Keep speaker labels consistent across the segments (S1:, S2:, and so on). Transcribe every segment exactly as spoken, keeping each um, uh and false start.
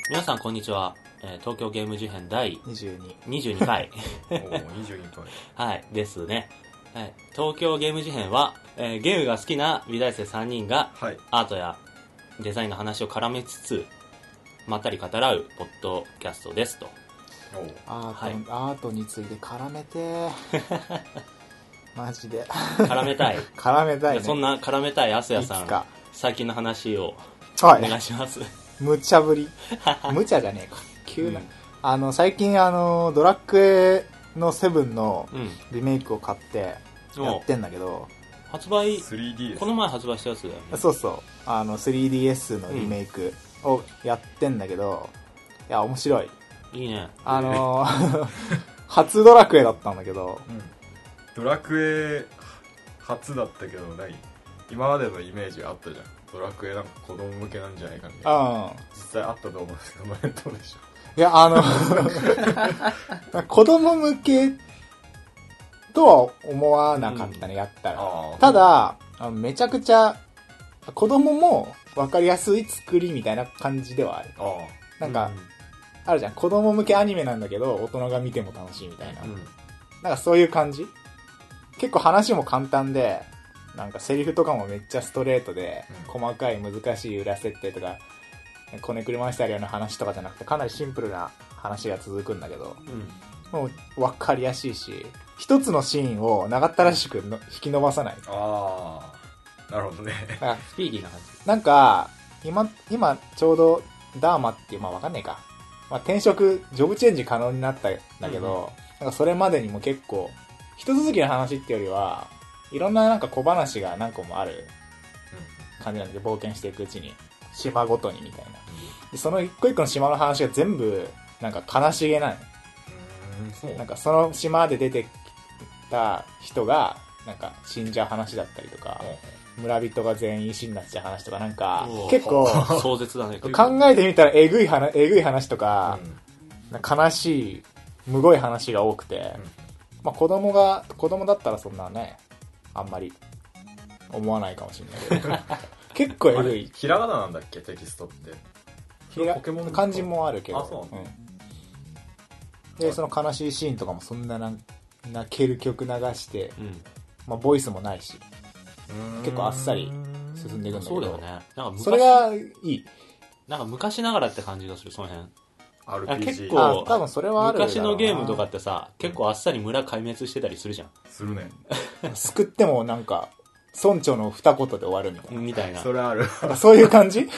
S1: 皆さんこんにちは、えー、東京ゲーム事変第
S2: にじゅうに
S1: にじゅうにかい
S3: おーにじゅうにかい
S1: はいですね、はい、東京ゲーム事変は、えー、ゲームが好きな美大生さんにんが、
S3: はい、
S1: アートやデザインの話を絡めつつまったり語らうポッドキャストですと。
S2: アート、
S1: はい、
S2: アートについて絡めてマジで
S1: 絡めたい
S2: 絡めたいね。
S1: そんな絡めたいアスヤさん、
S2: いつか
S1: 最近の話をお
S2: はい
S1: 願いします。
S2: 無茶ぶり無茶じゃねえか急な、
S1: うん、
S2: あの最近あのドラクエのセブンの
S1: うん、
S2: リメイクを買ってやってんだけど、
S1: 発売
S3: スリーディーエス
S1: この前発売したやつだよね。
S2: そうそうあの スリーディーエス のリメイクをやってんだけど、いや面白い。
S1: いいね。
S2: あのー、初ドラクエだったんだけど、
S3: うん、ドラクエ初だったけど何今までのイメージがあったじゃん。ドラクエなんか子供向けなんじゃないかみたいな。
S2: うん
S3: 実際あったと思うんですけど、お前どうでしょ
S2: いやあの子供向けとは思わなかったね、うん、やったら。ただあのめちゃくちゃ子供も分かりやすい作りみたいな感じではある。
S3: あ
S2: なんか、うん、あるじゃん、子供向けアニメなんだけど大人が見ても楽しいみたいな、うん、なんかそういう感じ。結構話も簡単で、なんかセリフとかもめっちゃストレートで、うん、細かい難しい裏設定とかこねくり回してあるような話とかじゃなくて、かなりシンプルな話が続くんだけど、うん、もう分かりやすいし、一つのシーンを長ったらしくの引き伸ばさない。
S3: ああ、なるほどね。
S1: スピーディーな感じ。
S2: なんか今今ちょうどダーマっていう、まあ分かんないか、まあ、転職ジョブチェンジ可能になったんだけど、うん、なんかそれまでにも結構一続きの話っていうよりはいろんななんか小話が何個もある感じなんで、冒険していくうちに島ごとにみたいな。でその一個一個の島の話が全部なんか悲しげなの。
S3: うん、そう。
S2: なんかその島で出てきた人がなんか死んじゃう話だったりとか、うん、村人が全員死になっちゃう話とか、なんか結構
S1: 壮絶だね。
S2: 考えてみたらえぐい話、えぐい話とか、うん、悲しいむごい話が多くて、うん、まあ子供が子供だったらそんなねあんまり思わないかもしれないけど結構えぐい。
S3: ひらがななんだっけテキストって。
S2: ひら漢字もあるけど。
S3: あ、そう。
S2: うん、でその悲しいシーンとかもそんなな泣ける曲流して、うん、まあボイスもないし、結構あっさり進んでいくんだけど。
S1: そうだよね。なんか昔
S2: それがいい。
S1: なんか昔ながらって感じがする、その辺。
S3: アールピージー
S2: 結構多分それはある。
S1: 昔のゲームとかってさ、結構あっさり村壊滅してたりするじゃん。
S3: するね。
S2: 救ってもなんか村長の二言で終わるみたいな。
S1: みたいな。
S3: それある。
S2: そういう感じ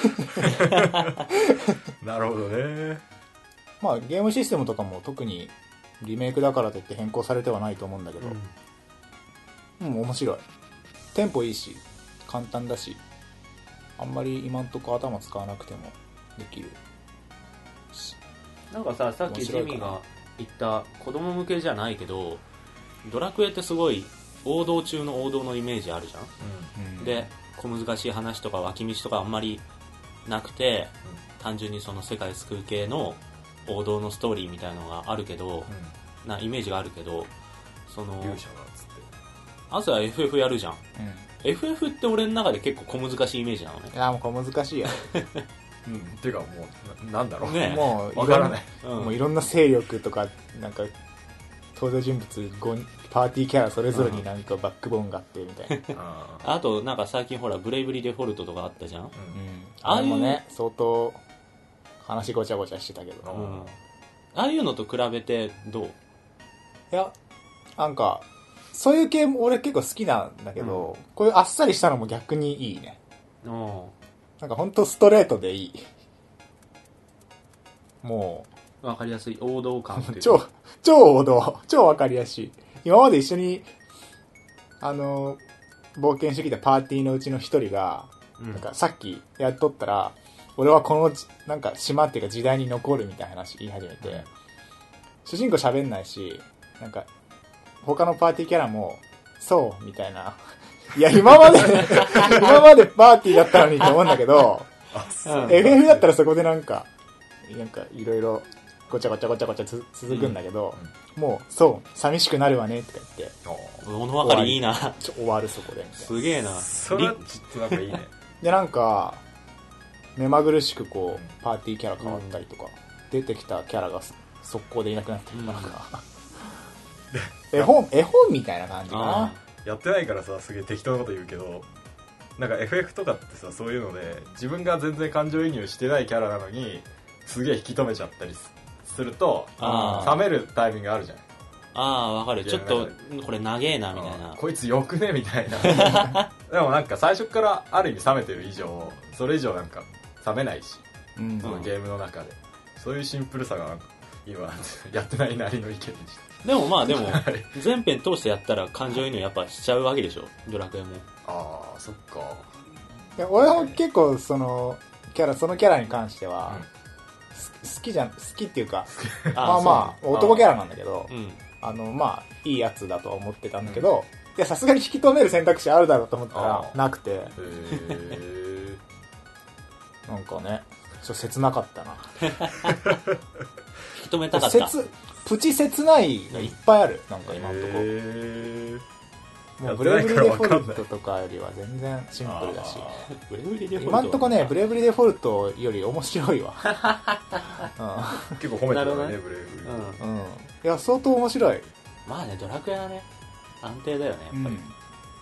S3: なるほどね。
S2: まあゲームシステムとかも特にリメイクだからといって変更されてはないと思うんだけど、うん、うん、面白い。テンポいいし簡単だし、あんまり今んとこ頭使わなくてもできる。
S1: なんかさ、さっきジミが言った子供向けじゃないけど、ドラクエってすごい王道中の王道のイメージあるじゃん、うん、で小難しい話とか脇道とかあんまりなくて、うん、単純にその世界救う系の王道のストーリーみたいなのがあるけど、うん、なイメージがあるけど、その
S3: 勇者だっつって
S1: あとは エフエフ やるじゃん、うん、エフエフ って俺の中で結構小難しいイメージなのね。
S2: いやもう小難しいよ
S3: うん、ていうかもう な, なんだろう、
S2: ね、もう
S3: わからない、
S2: うん、もういろんな勢力とかなんか登場人物ごパーティーキャラそれぞれになんかバックボーンがあってみたいな
S1: あ, あとなんか最近ほらブレイブリーデフォルトとかあったじゃん、うん、
S2: ああいうあれもね相当話ごちゃごちゃしてたけど、うん、
S1: ああいうのと比べてどう？い
S2: やなんかそういう系も俺結構好きなんだけど、うん、こういうあっさりしたのも逆にいいね。なんかほんとストレートでいい。も
S1: うわかりやすい王道感っていう
S2: 超超王道、超わかりやすい。今まで一緒にあの冒険してきたパーティーのうちの一人が、うん、なんかさっきやっとったら俺はこのなんか島っていうか時代に残るみたいな話言い始めて、うん、主人公喋んないし、なんか他のパーティーキャラもそうみたいな。いや今まで今までパーティーだったのにと思うんだけど、うん、エフエフ だったらそこでなんかなんかいろいろごちゃごちゃごちゃごちゃつ続くんだけど、うん、もうそう寂しくなるわねとか言って
S1: 物分かりいいな、
S2: 終わるそこで。
S1: すげえな。
S3: それはちょっとなんかいいね。
S2: でなんか目まぐるしくこうパーティーキャラ変わったりとか、うん、出てきたキャラが速攻でいなくなったりとか、なんか、うん、絵本絵本みたいな感じかな。
S3: やってないからさすげえ適当なこと言うけど、なんか エフエフ とかってさそういうので自分が全然感情移入してないキャラなのにすげえ引き止めちゃったりすると冷めるタイミングがあるじゃない。
S1: ああわかる。ちょっとこれ長えなみたいな、
S3: こいつよくねみたいなでもなんか最初からある意味冷めてる以上それ以上なんか冷めないし、うん、そのゲームの中でそういうシンプルさがなんか今やってないなりの意見でした。
S1: でもまあでも全編通してやったら感情移入やっぱしちゃうわけでしょ、ドラクエも。
S3: ああそっか。
S2: いや俺も結構そのキャラそのキャラに関しては、うん、好きじゃん好きっていうかまあまあ男キャラなんだけど、うん、あのまあいいやつだとは思ってたんだけど、うん、いやさすがに引き止める選択肢あるだろうと思ったらなくて、へなんかねちょっと切なかったな
S1: 引き止めたかった。
S2: プチ切ないがいっぱいある、なんか今のところ。もうブレイブリーデフォルトとかよりは全然シンプルだし、ブレイブリーデフォルト今のとこねブレイブリーデフォルトより面白いわ、
S3: うん、結構褒めてるね、ブレイブリー、
S2: うんうん、いや相当面白い。
S1: まあねドラクエはね安定だよねやっぱり、うん、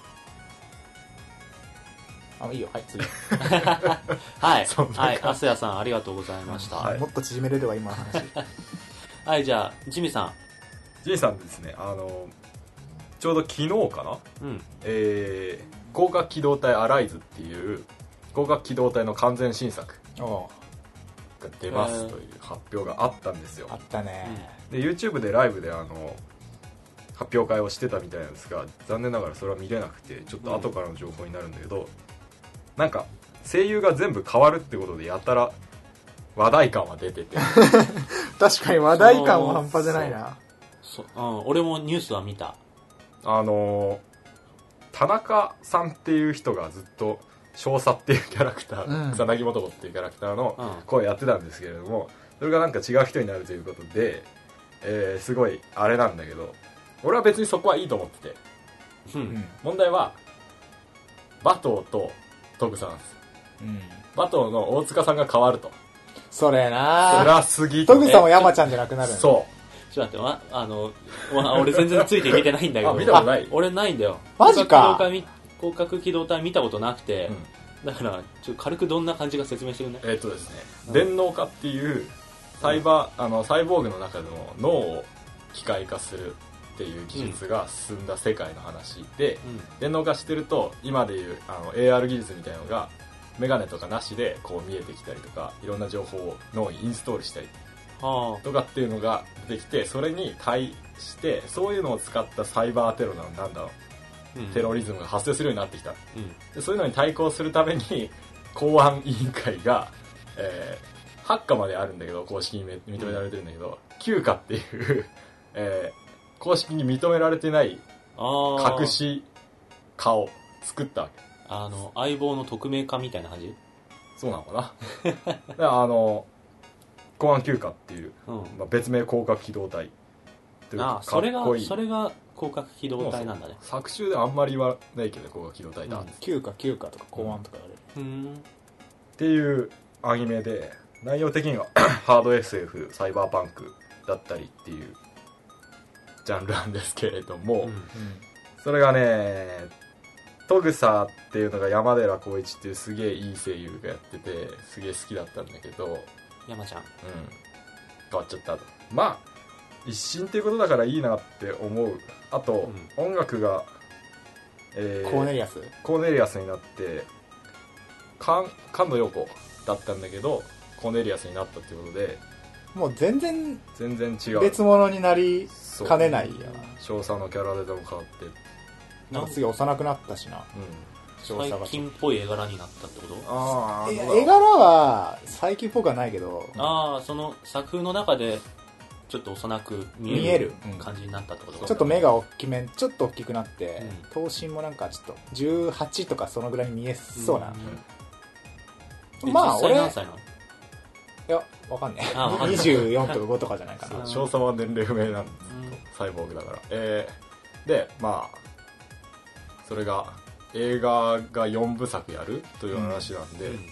S2: あいいよはい次
S1: はいはいアスヤさんありがとうございました、
S2: はい、もっと縮めれるわ今の話
S1: はいじゃあジミさん
S3: ジミさんですね、あのちょうど昨日かな、うんえー、広角機動隊アライズっていう広角機動隊の完全新作が出ますという発表があったんですよ。
S2: あったね。
S3: で YouTube でライブであの発表会をしてたみたいなんですが、残念ながらそれは見れなくてちょっと後からの情報になるんだけど、うん、なんか声優が全部変わるってことでやたら話題感は出てて
S2: 確かに話題感は半端じゃないな。
S1: そそ、うん、俺もニュースは見た。
S3: あの田中さんっていう人がずっと少佐っていうキャラクター、うん、草薙素子っていうキャラクターの声やってたんですけれども、それがなんか違う人になるということで、えー、すごいあれなんだけど、俺は別にそこはいいと思ってて、うん、問題は馬頭とトグサなんです、うん、馬頭の大塚さんが変わると。
S2: それな
S3: 辛すぎ
S2: てトグさんは山ちゃんじゃなくなる。
S3: そう
S1: ちょっと待って、あの、俺全然ついていけてないんだけど。
S3: あ、見たことない？
S1: 俺ないんだよ。
S2: マジか。
S1: 広角機動隊見たことなくて、うん、だから、ちょっと軽くどんな感じか説明してくんね。
S3: えーっとですね、うん、電脳化っていう、サイバー、あの、サイボーグの中でも脳を機械化するっていう技術が進んだ世界の話で、うん、電脳化してると、今でいうあの エーアール 技術みたいなのが、メガネとかなしでこう見えてきたりとか、いろんな情報を脳にインストールしたりとかっていうのが出てきて、それに対してそういうのを使ったサイバーテロなんだろう、うん、テロリズムが発生するようになってきた、うん、でそういうのに対抗するために公安委員会が、えー、はち課まであるんだけど公式に認められてるんだけど、うん、きゅう課っていう、えー、公式に認められてない隠し課を作ったわけ。
S1: あの相棒の匿名化みたいな感じ。
S3: そうなのかなだからあの公安きゅう課っていう、うんまあ、別名広角機動隊っていうかっこいい。ああそれが
S1: それが広角機動隊なんだね。
S3: そうそう作中ではあんまり言わないけど広角機動隊だ、うん、
S2: きゅう課きゅう課とか公安とか言われる、うん、
S3: っていうアニメで、内容的にはハード エスエフ サイバーパンクだったりっていうジャンルなんですけれども、うんうん、それがねトグサっていうのが山寺宏一っていうすげえいい声優がやっててすげえ好きだったんだけど、
S1: 山ちゃん、うん、
S3: 変わっちゃったと。まあ一新っていうことだからいいなって思う。あと、うん、音楽が、
S2: えー、コーネリアス
S3: コーネリアスになって菅野陽子だったんだけどコーネリアスになったっていうことで、
S2: もう全然
S3: 全然違う
S2: 別物になりかねないやな。
S3: 少佐のキャラでも変わって
S2: なんか次幼くなったしな、うん
S1: 最近っぽい絵柄になったってこと？
S2: あ絵柄は最近っぽくはないけど、
S1: ああその作風の中でちょっと幼く見える感じになったってこと？
S2: ちょっと目が大きめちょっと大きくなって、うん、頭身もなんかちょっとじゅうはちとかそのぐらいに見えそうな、
S1: うんうん、まあ俺何歳なの？
S2: いやわかんねえにじゅうよんとかごとかじゃないかな
S3: 少佐は年齢不明なんです、うん、サイボーグだから、えー、でまあそれが映画がよんぶさくやるという話なんで、うんうん、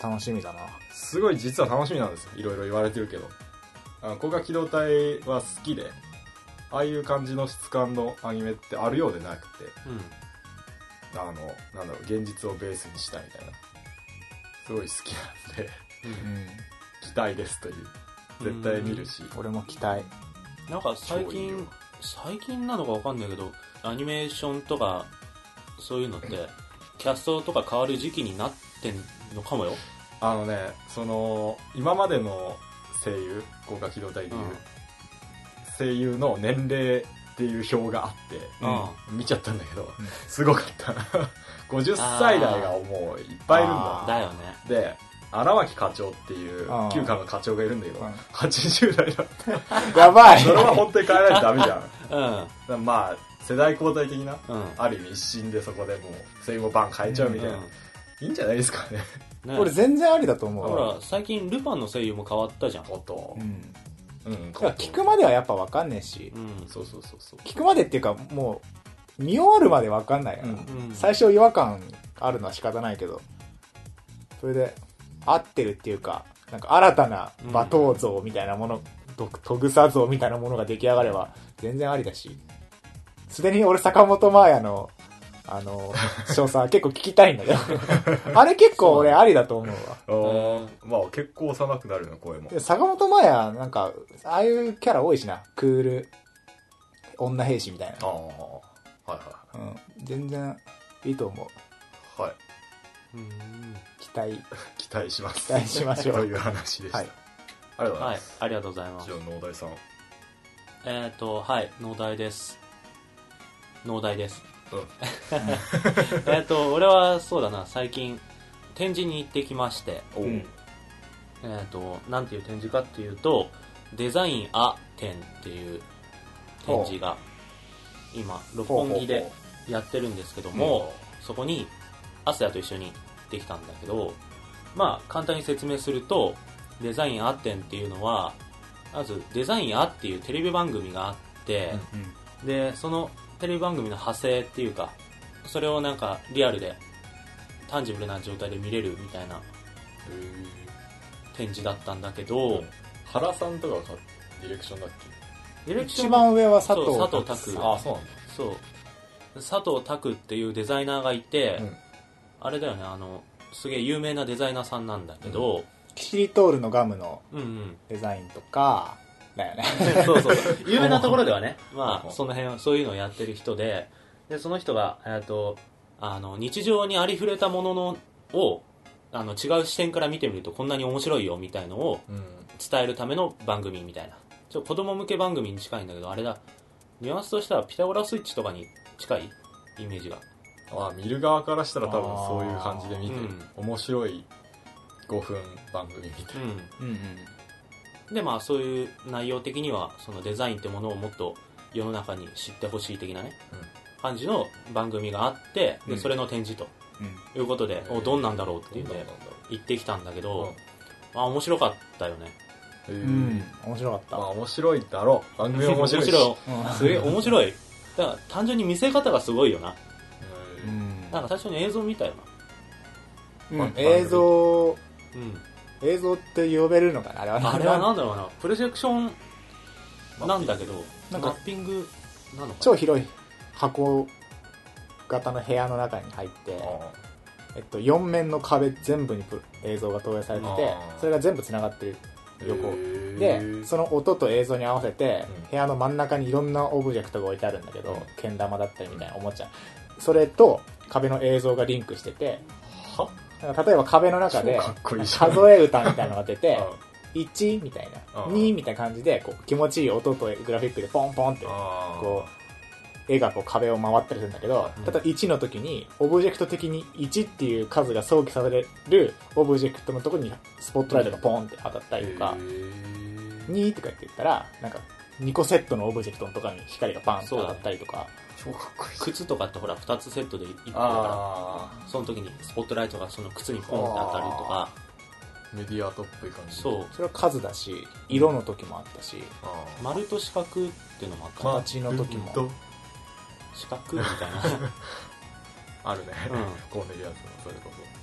S2: 楽しみだな。
S3: すごい実は楽しみなんですよ。いろいろ言われてるけど。あの、広角機動隊は好きで、ああいう感じの質感のアニメってあるようでなくて、うん、あの、なんだろう、現実をベースにしたみたいな。すごい好きなんで、うん、期待ですという。絶対見るし。
S2: うん、俺も期待。
S1: なんか最近、最近なのかわかんないけど、アニメーションとか、そういうのって、キャストとか変わる時期になってんのかもよ。
S3: あのね、その、今までの声優、広角機動隊でいう、うん、声優の年齢っていう表があって、うん、見ちゃったんだけど、うん、すごかった。ごじゅっさい代がもういっぱいいるんだ。
S1: だよね。
S3: で、荒牧課長っていう旧課の課長がいるんだけど、はちじゅう代だった。
S2: やばい。
S3: それは本当に変えないとダメじゃん。うん。まあ、世代交代的な、うん、ある意味一新でそこでもう、声優もバン変えちゃうみたいな。うんうん、いいんじゃないですかね。
S2: ね、これ全然ありだと思う。
S1: ほら、最近ルパンの声優も変わったじゃん。
S3: こと。うん。
S2: うん。聞くまではやっぱ分かんねえし。
S3: うん。そうそうそうそう。
S2: 聞くまでっていうか、もう、見終わるまで分かんないよな、うんうん。最初違和感あるのは仕方ないけど。それで、合ってるっていうか、なんか新たな馬頭像みたいなもの、うん、トグサ像みたいなものが出来上がれば全然ありだし、すでに俺坂本真綾のあの詳細結構聞きたいんだけどあれ結構俺ありだと思う
S3: わ。あまあ結構幼くなるの声も。
S2: 坂本真綾なんかああいうキャラ多いしな、クール女兵士みたいな。ああ、はいはい、うん、全然いいと思う。はい。うん、期待
S3: 期待します。
S2: 期待しましょう。
S3: という話でした。はい。ありがとうございます。
S1: はい、ありがとうございます。
S3: じゃあ農大さん。
S1: えっとはい農大です。農大です。うん、えっと俺はそうだな、最近展示に行ってきまして、うん、えっとなんていう展示かっていうとデザインア展っていう展示が今六本木でやってるんですけども、そこにアスヤと一緒に行ってきたんだけど、まあ簡単に説明するとデザインア展っていうのはまずデザインアっていうテレビ番組があって、うんうん、でそのテレビ番組の派生っていうかそれをなんかリアルでタンジブルな状態で見れるみたいな展示だったんだけど、うん、
S3: 原さんとかがディレクションだっ
S2: け？ディレクション一番上は佐藤
S1: 佐藤拓。ああそうなんだ。そう佐藤拓っていうデザイナーがいて、うん、あれだよね、あのすげえ有名なデザイナーさんなんだけど、うん、
S2: キシリトールのガムのデザインとか、だよね。
S1: そうそう。有名なところではね、まあその辺そういうのをやってる人で、でその人がえっとあの日常にありふれたもののをあの違う視点から見てみるとこんなに面白いよみたいのを伝えるための番組みたいな。ちょ子供向け番組に近いんだけど、あれだ。ニュアンスとしてはピタゴラスイッチとかに近いイメージが。
S3: ああ、見る側からしたら多分そういう感じで見て、うん、面白いごふん番組みたいな。うんうん
S1: うん、でまあそういう内容的にはそのデザインってものをもっと世の中に知ってほしい的なね、うん、感じの番組があって、でそれの展示と、うん、いうことで、おどんなんだろうっていうね行ってきたんだけど、うん、まあ面白かったよね。
S2: うん、面白かった。
S3: まあ面白いだろう。番組面白いし。
S1: 面白い。すげえ面白い。だから単純に見せ方がすごいよな。うん。なんか最初に映像見たよ
S2: な。うん、映像、うん、映像って呼べるのかな、あれは。
S1: あれはなんだろうな。プロジェクションなんだけど、マッピングなのかな。
S2: 超広い箱型の部屋の中に入って、えっとよん面の壁全部に映像が投影されてて、それが全部つながってる。横でその音と映像に合わせて、うん、部屋の真ん中にいろんなオブジェクトが置いてあるんだけど、うん、けん玉だったりみたいなおもちゃ、それと壁の映像がリンクしてて、はだから例えば壁の中で数え歌みたいなのが出ていちみたいなにみたいな感じでこう気持ちいい音とグラフィックでポンポンってこう絵がこう壁を回ったりするんだけど、ただいちの時にオブジェクト的にいちっていう数が想起されるオブジェクトのところにスポットライトがポンって当たったりとか、にとかって言ったらなんかにこセットのオブジェクトのところに光がバンと当たったりとか、
S1: 超かっこいい。靴とかってほらふたつセットでいっこだからその時にスポットライトがその靴にポンって当たるとか、
S3: メディアトっぽい感じ。
S2: そうそれは数だし色の時もあったし、
S1: 丸と四角っていうのもあった
S2: 形の時も
S1: 四角みたいな
S3: あるね、うん、コーネリアスのそれこ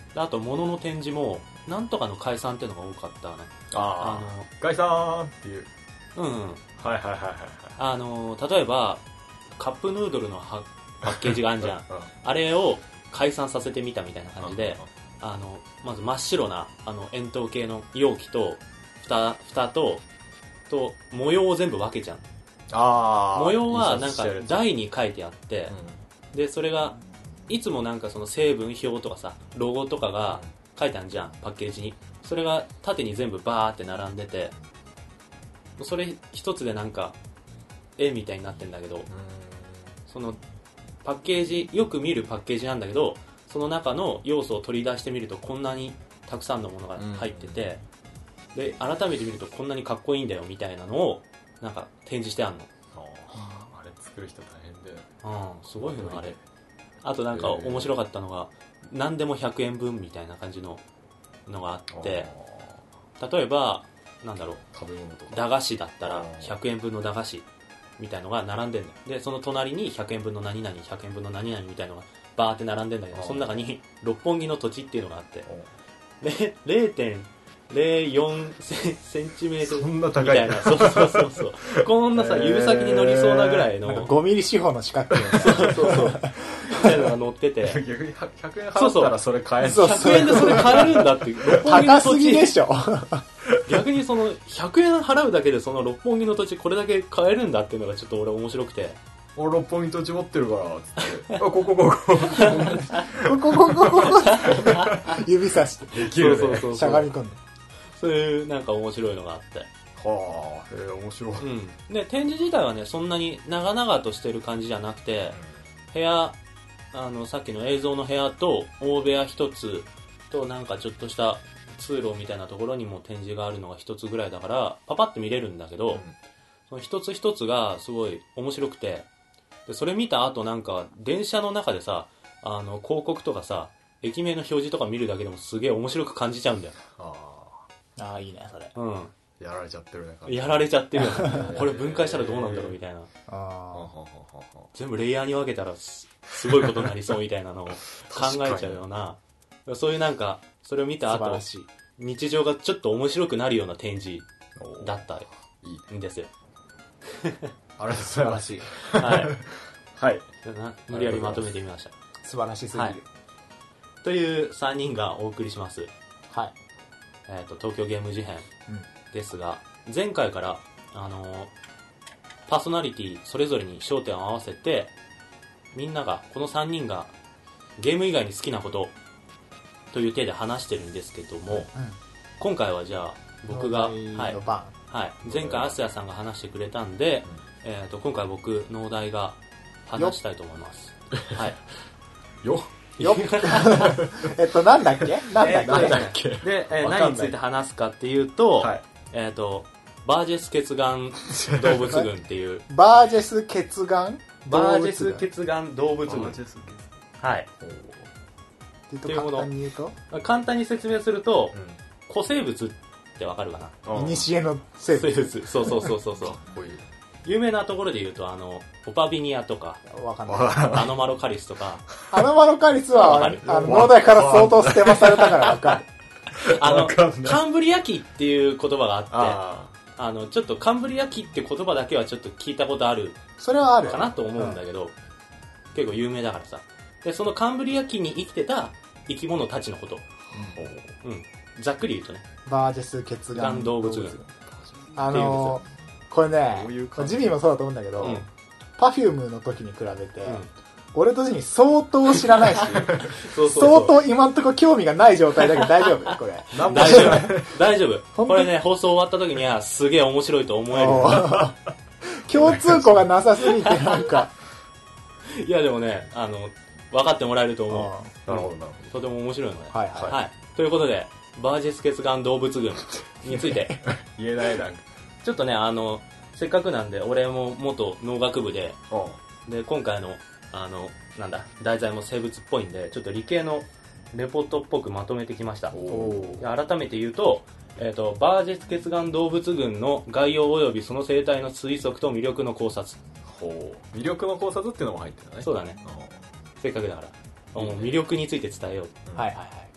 S1: あと物の展示もなんとかの解散っていうのが多かったね。
S3: ああ解散っていう。
S1: うんうん。
S3: はいはいはいはい。
S1: あの例えばカップヌードルのはパッケージがあるじゃん、うん、あれを解散させてみたみたいな感じで、うん、あのまず真っ白なあの円筒形の容器と蓋蓋とと模様を全部分けちゃう。
S3: あ
S1: 模様はなんか台に書いてあって、うん、でそれがいつもなんかその成分表とかさロゴとかが書いてあるじゃんパッケージに。それが縦に全部バーって並んでて、それ一つでなんか絵みたいになってんだけど、そのパッケージよく見るパッケージなんだけど、その中の要素を取り出してみるとこんなにたくさんのものが入ってて、で改めて見るとこんなにかっこいいんだよみたいなのをなんか展示してあんの。
S3: ああれ作る人大変だよ。
S1: うん、すごいよなあれ。あとなんか面白かったのが何でもひゃくえんぶんみたいな感じののがあって、例えばなんだろう、
S3: 食べ物とか
S1: 駄菓子だったらひゃくえんぶんの駄菓子みたいのが並んでんので、その隣にひゃくえんぶんの何々ひゃくえんぶんの何々みたいのがバーって並んでんだけど、その中に六本木の土地っていうのがあって、で れいてんれいよん センチメートルみたいな、そうそうそうそうこんなさ指先に乗りそうなぐらいの
S2: ごミリ四方の四角形
S1: そうそうそうみたいなのが乗ってて
S3: 逆にひゃくえん払ったらそれ買える。
S1: ひゃくえんでそれ買えるんだって
S2: 高すぎでしょ
S1: 逆にそのひゃくえん払うだけでその六本木の土地これだけ買えるんだっていうのがちょっと俺面白くて、
S3: 俺六本木土地持ってるからつってあここここここ
S2: ここここ指さして
S3: できるね、
S1: そうそうそう
S2: しゃがみ込んで、
S1: そういうなんか面白いのがあって、
S3: はあ、へえ面白い、
S1: うん、で展示自体はねそんなに長々としてる感じじゃなくて、うん、部屋あのさっきの映像の部屋と大部屋一つとなんかちょっとした通路みたいなところにも展示があるのが一つぐらいだからパパッと見れるんだけど、うん、その一つ一つがすごい面白くて、でそれ見た後なんか電車の中でさあの広告とかさ駅名の表示とか見るだけでもすげえ面白く感じちゃうんだよ。
S3: あ
S2: ああいいねそれ、
S1: うん、
S3: やられちゃってるね。
S1: やられちゃってるよねこれ分解したらどうなんだろうみたいな、
S2: あ
S1: 全部レイヤーに分けたら す, すごいことになりそうみたいなのを考えちゃうようなそういうなんかそれを見た後日常がちょっと面白くなるような展示だったんですよ。
S3: ありがとうございます。
S1: はい、
S3: はい、
S1: 無理やりまとめてみました。
S2: 素晴らしすぎる、はい、
S1: というさんにんがお送りします、
S2: はい
S1: えー、と東京ゲーム事変ですが、うん、前回から、あのー、パーソナリティそれぞれに焦点を合わせてみんながこのさんにんがゲーム以外に好きなことという体で話してるんですけども、うん、今回はじゃあ僕が、はいはい、前回アスヤさんが話してくれたんで、うんえー、と今回僕農大が話したいと思います。はい
S3: よ
S2: よえっとなんだっけなんだっけ、
S3: なんだっけ
S1: で、えー、何について話すかっていうと、はい、えっ、ー、とバージェス血眼動物群っていう
S2: バージェス血眼
S1: バージェス血眼動物群はい
S2: っていうもの簡単に言うと
S1: 簡単に説明すると、うん、古生物ってわかるかな。
S2: いにしえの生物
S1: そうそうそうそうそう有名なところで言うとあのオパビニアとか
S2: わかんない
S1: アノマロカリスとか
S2: アノマロカリスはあの農大から相当捨てまされたからわかる
S1: あのカンブリア紀っていう言葉があってああのちょっとカンブリア紀って言葉だけはちょっと聞いたことある
S2: それはある
S1: かなと思うんだけど、うん、結構有名だからさ。でそのカンブリア紀に生きてた生き物たちのこと、うんうん、ざっくり言うとね
S2: バージェス血眼
S1: 動物群
S2: あのーこれね、ううジミーもそうだと思うんだけど、うん、パフュームの時に比べて、うん、俺とジミー相当知らないしそうそうそう相当今んとこ興味がない状態だけど大丈夫これ
S1: 大丈夫大丈夫これね放送終わった時にはすげえ面白いと思える
S2: 共通項がなさすぎてなんか
S1: いやでもねあの分かってもらえると思
S3: う。なるほどなるほ
S1: どとても面白いので、
S2: はいはい
S1: はい、ということでバージェス血眼動物群について
S3: 言えないなんか
S1: ちょっとねあのせっかくなんで俺も元農学部でで今回のあのなんだ題材も生物っぽいんでちょっと理系のレポートっぽくまとめてきました。改めて言うと、えーと、バージェス血眼動物群の概要及びその生態の推測と魅力の考察。
S3: ほう魅力の考察っていうのも入ってるね。
S1: そうだねせっかくだからもう魅力について伝えよう、
S2: はいはいはい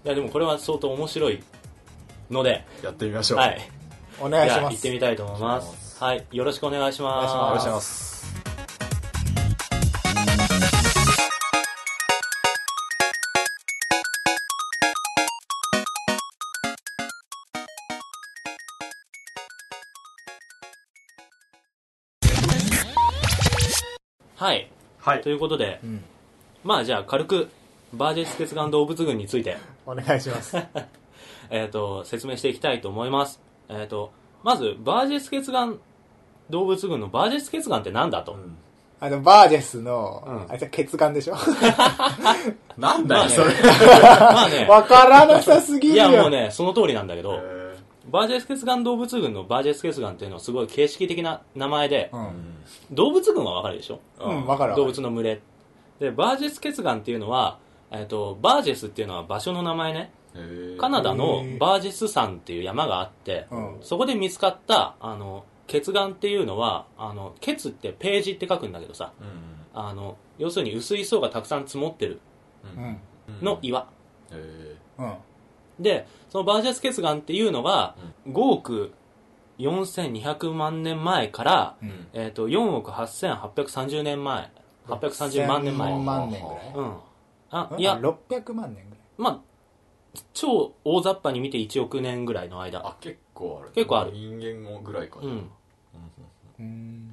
S1: いやでもこれは相当面白いので
S3: やってみましょう。
S1: はい、
S2: お願いします。
S1: じゃあ行ってみたいと思います。はい、よろしくお願いします。
S2: お願いします。
S3: お願いします。
S1: はい、
S3: はい、
S1: ということで、
S2: うん、
S1: まあじゃあ軽くバージェス結岩動物群について
S2: お願いします
S1: えっと説明していきたいと思います。えっとまずバージェス結岩動物群のバージェス結岩ってなんだと、うん、
S2: あのバージェスの、うん、あいつは血岩でしょ
S3: なんだよそれ
S1: まあね
S2: わからなさすぎるよ。
S1: いやもうねその通りなんだけど、バージェス結岩動物群のバージェス結岩っていうのはすごい形式的な名前で、うん、動物群はわかるでしょ、
S2: うん、わかる。
S1: 動物の群れで、バージェス結岩っていうのは、えっと、バージェスっていうのは場所の名前ね。カナダのバージェス山っていう山があって、そこで見つかったあの結岩っていうのは、あの結ってページって書くんだけどさ、うん、あの要するに薄い層がたくさん積もってるの岩、うんうん、でそのバージェス結岩っていうのがごおくよんせんにひゃくまんねんまえから、うんえー、とよんおくはっせんはっぴゃくさんじゅうねんまえはっぴゃくさんじゅうまんねんまえ
S2: 万年ぐらい、
S1: うん、あいや
S2: ろっぴゃくまんねんぐらい、
S1: まあ超大雑把に見ていちおくねんぐらいの間。
S3: あ、結構ある。
S1: 結構ある。
S3: 人間ぐらいかな。
S1: うん。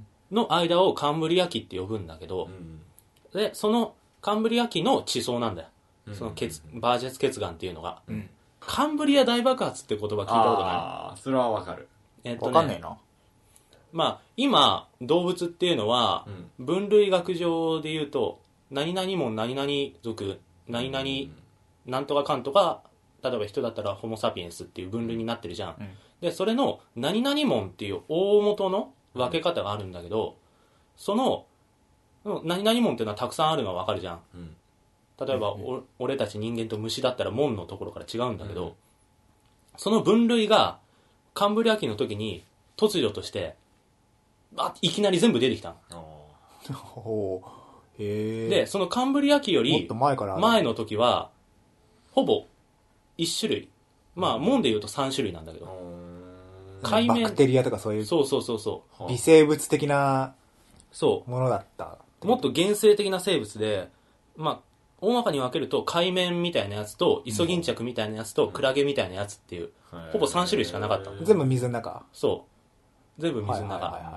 S1: の間をカンブリア紀って呼ぶんだけど、うん、で、そのカンブリア紀の地層なんだよ。その結、うん、バージェス結岩っていうのが、うん。カンブリア大爆発って言葉聞いたことない？
S3: ああ、それはわかる。
S1: えっとね、
S2: わかんねえな。
S1: まあ、今、動物っていうのは、うん、分類学上で言うと、何々門何々属、何々、なんとかかんとか、例えば人だったらホモサピエンスっていう分類になってるじゃん、うん、でそれの何々門っていう大元の分け方があるんだけど、その何々門っていうのはたくさんあるのは分かるじゃん、うん、例えば、うん、俺たち人間と虫だったら門のところから違うんだけど、うん、その分類がカンブリア紀の時に突如としてあいきなり全部出てきたの
S2: へ
S1: でそのカンブリア紀より前の時はほぼ一種類、まあ門でいうと三種類なんだけど、
S2: 海面バクテリアとかそういう
S1: そうそうそうそう
S2: 微生物的なものだった。
S1: もっと原生的な生物で、まあ大まかに分けると海面みたいなやつとイソギンチャクみたいなやつとクラゲみたいなやつっていう、うん、ほぼ三種類しかなかったの。
S2: 全部水の中。
S1: そう全部水の中、はいはいはいはい、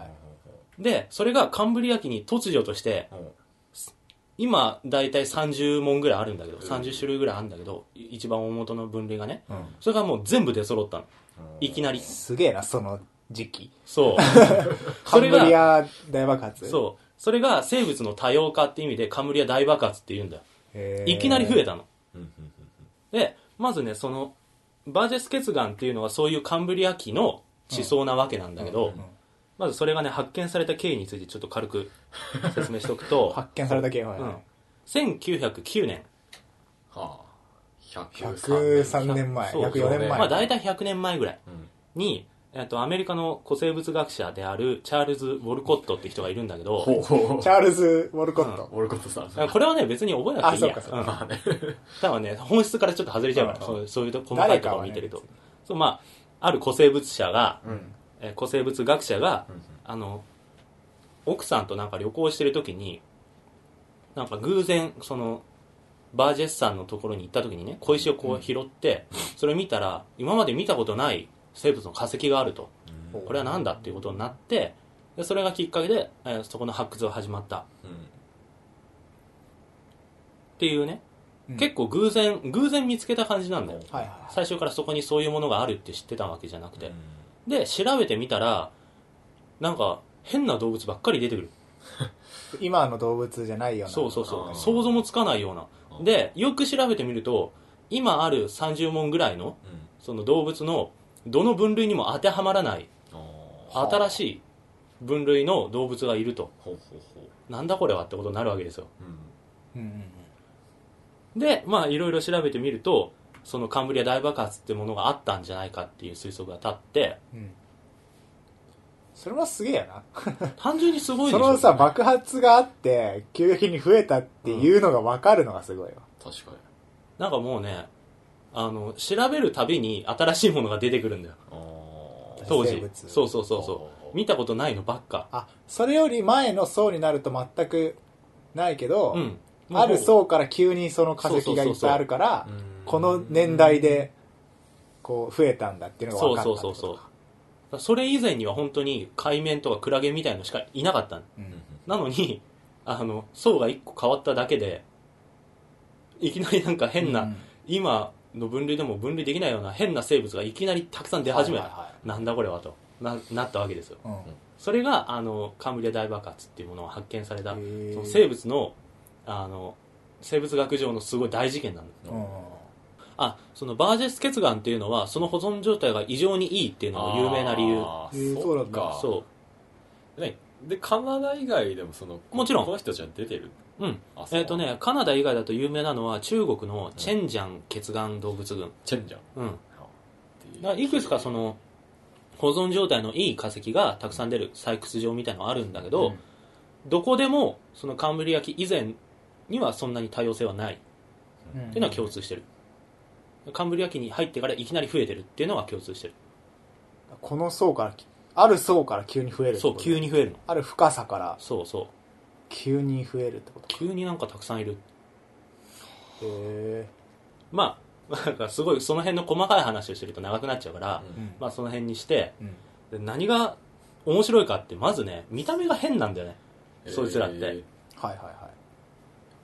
S1: でそれがカンブリア紀に突如として、うん今だいたいさんじゅうもんぐらいあるんだけど、さんじゅっしゅるいぐらいあるんだけど、一番大元の分類がね、うん、それがもう全部出揃ったの、うん、いきなり
S2: すげえなその時期。
S1: そう
S2: カンブリア大爆発。
S1: そうそれが生物の多様化って意味でカンブリア大爆発って言うんだよ。いきなり増えたのでまずねそのバージェス結岩っていうのはそういうカンブリア紀の地層なわけなんだけど、うんうんうん、まずそれがね発見された経緯についてちょっと軽く説明しておくと
S2: 発見された経緯は、
S1: うん、せんきゅうひゃくきゅうねん、
S3: はあ、
S2: ひゃくさんねんまえ、ひゃくよねんまえ、
S1: まあ、大体ひゃくねんまえぐらいに、うん、えっと、アメリカの古生物学者であるチャールズ・ウォルコットって人がいるんだけど
S2: チャールズ・ウォルコット、
S3: うん、ウォルコットさん
S1: これはね別に覚えなくていいや。
S2: あ、そうかそうか、
S1: うん、多分ね本質からちょっと外れちゃうから、うん、そうそういう細かいところを見てると、ね、そうまあある古生物者が、うんえ古生物学者が、うん、あの奥さんとなんか旅行してる時になんか偶然そのバージェス山のところに行った時にね小石をこう拾って、うん、それを見たら今まで見たことない生物の化石があると、うん、これは何だっていうことになってでそれがきっかけで、えー、そこの発掘が始まった、うん、っていうね、うん、結構偶然偶然見つけた感じなんだよ、はいはいはい、最初からそこにそういうものがあるって知ってたわけじゃなくて、うんで調べてみたらなんか変な動物ばっかり出てくる
S2: 今の動物じゃないような
S1: そうそうそう想像もつかないようなでよく調べてみると今あるさんじゅうもんぐらいの、うん、その動物のどの分類にも当てはまらない新しい分類の動物がいるとほうほうほうなんだこれはってことになるわけですよ、うんうんうん、でまあいろいろ調べてみるとそのカンブリア大爆発ってものがあったんじゃないかっていう推測が立って、うん、
S2: それはすげえやな
S1: 単純にすごいでしょ。
S2: そのさ爆発があって急激に増えたっていうのが分かるのがすごいわ、
S3: うん、確かに
S1: なんかもうねあの調べるたびに新しいものが出てくるんだよ当時。そうそうそうそう見たことないのばっか。
S2: あ、それより前の層になると全くないけど、
S1: うん、
S2: ある層から急にその化石がいっぱいあるからこの年代でこう増えたんだっていうのが分かったってことか。
S1: そうそうそうそう。それ以前には本当に海面とかクラゲみたいのしかいなかったの、うん、なのにあの層がいっこ変わっただけでいきなりなんか変な、うん、今の分類でも分類できないような変な生物がいきなりたくさん出始めた、はいはいはい、なんだこれはと な, なったわけですよ、うん、それがあのカンブリア大爆発っていうものを発見されたその生物の、あの生物学上のすごい大事件なんですよ、うん、あそのバージェス結岩っていうのはその保存状態が異常にいいっていうのが有名な理由。
S3: あーそうなんだ。そうね。でカナダ以外でもその
S1: もちろん
S3: この人たちは出てる。
S1: うん。えっとねカナダ以外だと有名なのは中国のチェンジャン結岩動物群。
S3: チェンジャン。
S1: うん。だからいくつかその保存状態のいい化石がたくさん出る採掘場みたいなのがあるんだけど、うん、どこでもそのカンブリア紀以前にはそんなに多様性はないっていうのは共通してる。カンブリア紀に入ってからいきなり増えてるっていうのが共通してる。
S2: この層からある層から急に増えるってこと。
S1: そう急に増えるの。
S2: ある深さから
S1: そうそう
S2: 急に増えるってこと。
S1: 急になんかたくさんいる。へ
S2: え。
S1: まあなんかすごいその辺の細かい話をしてると長くなっちゃうから、うん、まあその辺にして、うん、で何が面白いかってまずね見た目が変なんだよね、そいつらって。はい
S2: はいはい。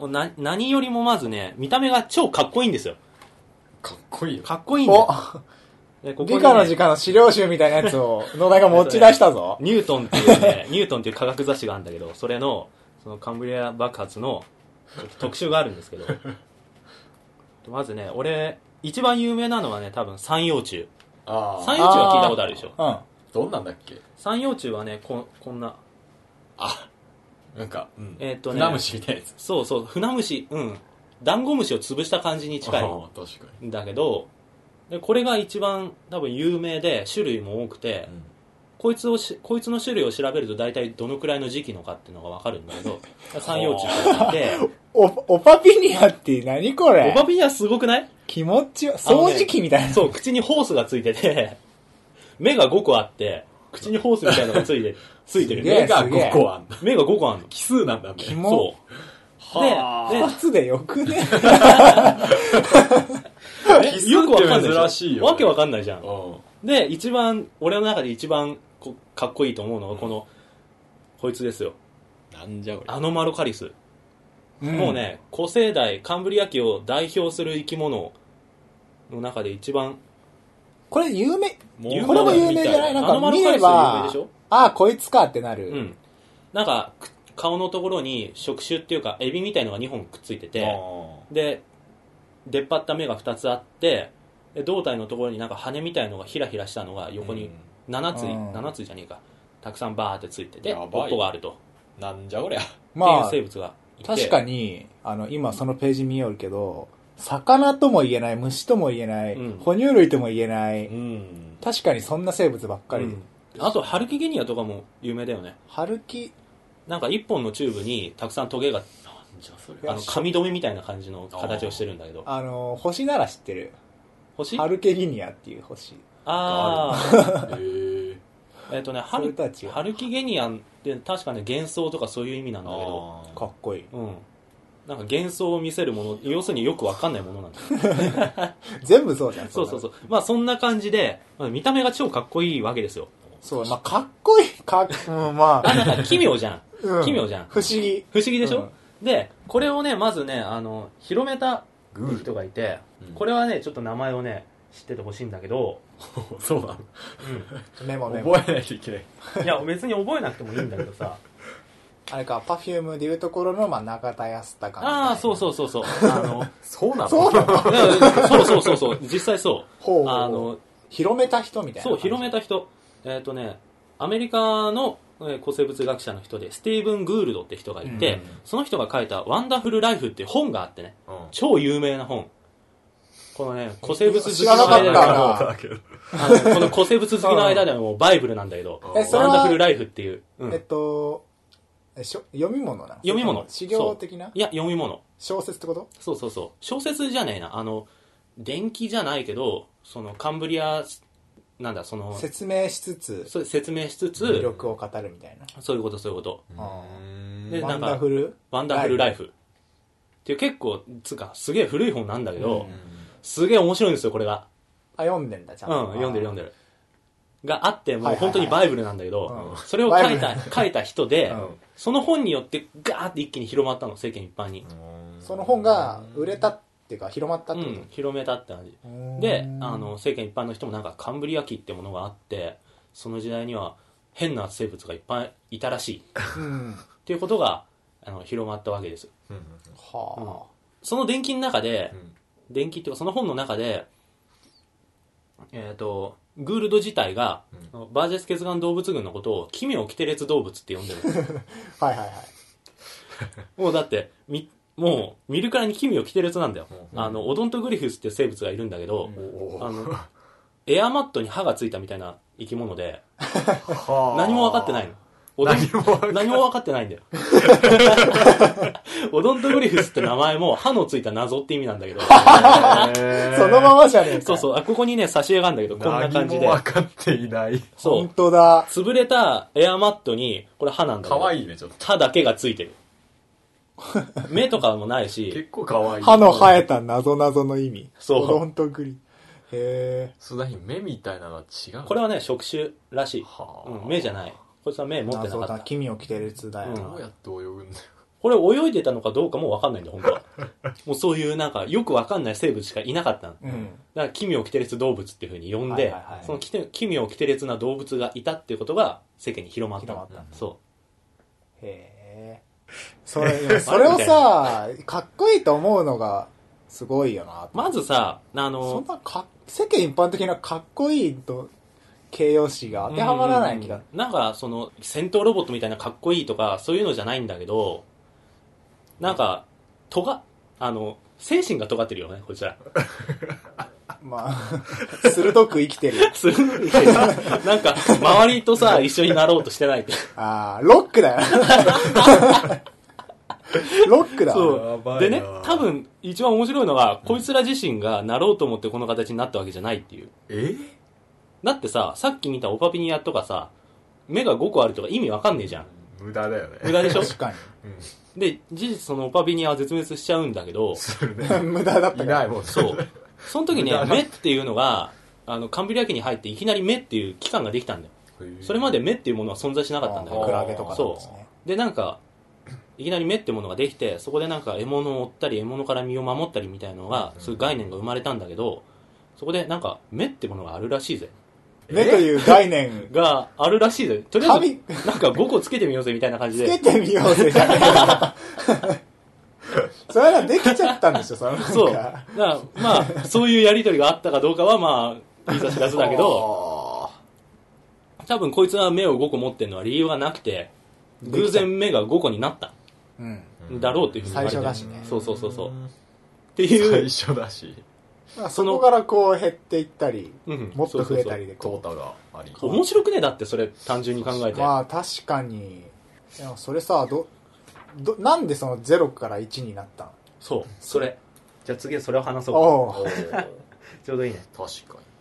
S1: な何よりもまずね見た目が超かっこいいんですよ。
S3: かっこいいよ。
S1: かっこいいんだよ。
S2: でここ、ね、理科の時間の資料集みたいなやつを野田が持ち出したぞ。
S1: ニュートンっていうね、ニュートンっていう科学雑誌があるんだけど、それのそのカンブリア爆発の特集があるんですけど、まずね、俺一番有名なのはね、多分三葉虫。ああ。三葉虫は聞いたことあるでしょ。
S3: うん。どんなんだっけ？
S1: 三葉虫はね、ここんな。
S3: あ、なんか、うん、
S1: えー、っとね、
S3: 船虫みたいなやつ。
S1: そうそう、船虫、うん。ダンゴムシを潰した感じに近いんだけど、でこれが一番多分有名で種類も多くて、うん、こいつをしこいつの種類を調べると大体どのくらいの時期のかっていうのが分かるんだけど、三葉虫って言って
S2: おオパピニアって何これ。
S1: オパピニアすごくない？
S2: 気持ちよ掃除機みたいな、
S1: ね、そう口にホースがついてて目がごこあって口にホースみたいなのがついてついてる。
S3: 目がごこあんの。
S1: 目がごこあんの。
S3: 奇数なんだね。
S2: キモ。
S1: そう
S2: で、一つでよくね
S1: よくわかんない
S3: 珍しいよ、ね、
S1: わけわかんないじゃん。で、一番俺の中で一番こかっこいいと思うのはこの、うん、こいつですよ。
S3: なんじゃこれ。
S1: アノマロカリス、うん、もうね古生代カンブリア紀を代表する生き物の中で一番
S2: これ有名、これも有名じゃない？なんか見ればああこいつかってなる、
S1: うん、なんか顔のところに触手っていうかエビみたいのがにほんくっついてて、で出っ張った目がふたつあって、で胴体のところになんか羽みたいのがヒラヒラしたのが横にななつい、うん、ななついじゃねえかたくさんバーってついてて尾っぽがあると。
S3: なんじゃこりゃ、
S2: まあ、
S1: っていう生物がいて、
S2: 確かにあの今そのページ見よるけど魚とも言えない虫とも言えない、うん、哺乳類とも言えない、うん、確かにそんな生物ばっかり、うん、
S1: あとハルキゲニアとかも有名だよね。
S2: ハルキ
S1: なんか一本のチューブにたくさんトゲがあの紙留めみたいな感じの形をしてるんだけど、
S2: あの星なら知ってる。
S1: 星
S2: ハルケギニアっていう星
S1: ああえっとねハルハルキゲニアンって確かね幻想とかそういう意味なんだけど
S2: かっこいい、
S1: うん、なんか幻想を見せるもの、要するによくわかんないものなんだ
S2: 全部そうじゃん。
S1: そうそうそう。まあそんな感じで見た目が超かっこいいわけですよ。
S2: そう、まあかっこいいかっ、うん、まあ
S1: あなんか奇妙じゃん、うん、奇妙じゃん、
S2: 不思議
S1: 不思議でしょ、うん、でこれをねまずねあの広めた人がいて、うん、これはねちょっと名前をね知っててほしいんだけど
S3: そうなの、
S2: うん、メモメモ
S3: 覚えないといけない。
S1: いや別に覚えなくてもいいんだけどさ
S2: あれか、パフュームでいうところの、まあ、中田康隆みたいな。
S1: ああ、そうそうそうそう。あの、
S3: そうなの？
S2: そうなの？
S1: そうそうそうそう。実際そう。
S2: ほう。あの、広めた人みたいな。
S1: そう、広めた人。えっとね、アメリカの古生物学者の人で、スティーブン・グールドって人がいて、うん、その人が書いたワンダフル・ライフっていう本があってね、うん、超有名な本。このね、古生物好きの間では、この古生物好きの間ではもうバイブルなんだけど、ワンダフル・ライフっていう。
S2: うん、えっと、読み物なの？
S1: 読み物。
S2: 修行的な？
S1: いや、読み物。
S2: 小説ってこと？
S1: そうそうそう。小説じゃねえな。あの、 伝記じゃないけどそのカンブリアなんだその
S2: 説明しつつ
S1: そう説明しつつ
S2: 魅力を語るみたいな。
S1: そういうことそういうこと
S2: あ
S1: で
S2: ワンダフル
S1: ワンダフルライフっていう結構つうかすげえ古い本なんだけど、
S2: うん、
S1: すげえ面白いんですよこれが。
S2: あ読んでんだちゃんと。
S1: うん読んでる読んでるがあってもう本当にバイブルなんだけど、
S2: はいはいはい、
S1: それを書いた書いた人で、
S2: うん、そ
S1: の本によってガーって一気に広まったの世間一般に。
S2: その本が売れたっていうか広まったってこと、
S1: うん、広めたって感じで、あの世間一般の人もなんかカンブリア紀ってものがあってその時代には変な生物がいっぱいいたらしい、うん、っていうことがあの広まったわけです、うんはあうん、その伝記の中で、うん、伝記っていうかその本の中でえーとグールド自体が、うん、バージェスケツガン動物群のことを奇妙キテレツ動物って呼んでる
S2: はいはいはい
S1: もうだってみもう見るからに奇妙キテレツなんだよ、うん、あのオドントグリフスっていう生物がいるんだけど、うん、あのエアマットに歯がついたみたいな生き物で何も分かってないの何も何も分かってないんだよオドントグリフスって名前も歯のついた謎って意味なんだけど
S2: そのままじゃねえか。
S1: そうそうあここにね挿絵があるんだけどこんな感じで
S3: 何も分かっていない
S1: そう
S2: 本当だ
S1: 潰れたエアマットにこれ歯なんだけど
S3: かわいいねちょっと
S1: 歯だけがついてる目とかもないし
S3: 結構かわいい
S2: 歯の生えた謎々の意味
S1: そう
S2: オドントグリへえ
S3: そうだ目みたいなのは違う
S1: これはね触手らしい、はうん、目じゃないこいつは目持ってなかった
S2: 奇妙キテレツだよな、
S3: うん、どうやって泳ぐんだよ
S1: これ泳いでたのかどうかも分かんないんだよ本当はもうそういうなんかよく分かんない生物しかいなかったの、うん、だから奇妙キテレツ動物っていう風に呼んで、はいはいはい、その奇妙キテレツな動物がいたっていうことが世間に広まった
S2: 広まったんだ
S1: そう
S2: へえそれそれをさかっこいいと思うのがすごいよな
S1: まずさあの
S2: そんなか世間一般的なかっこいいと形容詞が当てはまらない気が、
S1: うん、なんかその戦闘ロボットみたいなかっこいいとかそういうのじゃないんだけどなんかとがあの精神が尖ってるよねこちら
S2: まあ鋭く生きてる
S1: 鋭く生きてるなんか周りとさ一緒になろうとしてないって
S2: ああロックだよロックだ
S1: そうでね多分一番面白いのが、うん、こいつら自身がなろうと思ってこの形になったわけじゃないっていう
S3: え
S1: だってささっき見たオパピニアとかさ目がごこあるとか意味わかんねえじゃん
S3: 無駄だよね
S1: 無駄でしょ
S2: 確かに、
S1: うん、で事実そのオパピニアは絶滅しちゃうんだけど
S2: 無駄だったからい
S3: ないもん
S1: そうその時ね目っていうのがあのカンブリア紀に入っていきなり目っていう器官ができたんだよそれまで目っていうものは存在しなかったんだけど
S2: クラゲとかなんですね
S1: そうでなんかいきなり目ってものができてそこでなんか獲物を追ったり獲物から身を守ったりみたいなのが、うん、そういう概念が生まれたんだけどそこでなんか目ってものがあるらしいぜ
S2: 目という概念
S1: があるらしいぜとりあえずなんかごこつけてみようぜみたいな感じで
S2: つけてみようぜじゃねえそれはできちゃったんでしょそのなんか
S1: そうだからまあそういうやり取りがあったかどうかはまあいざ知らずだけど多分こいつは目をごこ持ってるのは理由がなくて偶然目がごこになった、うん、だろうっていうふうに言われて
S2: 最初だしね
S1: そうそうそうそうっていう
S3: 最初だし
S2: そこからこう減っていったり、うん、もっと増えたりで
S3: こう淘汰があり
S1: 面白くねだってそれ単純に考えて
S2: まあ確かにいやそれさどどなんでそのゼロからいちになったの
S1: そうそれじゃあ次はそれを話そうちょうどいいね
S3: 確かに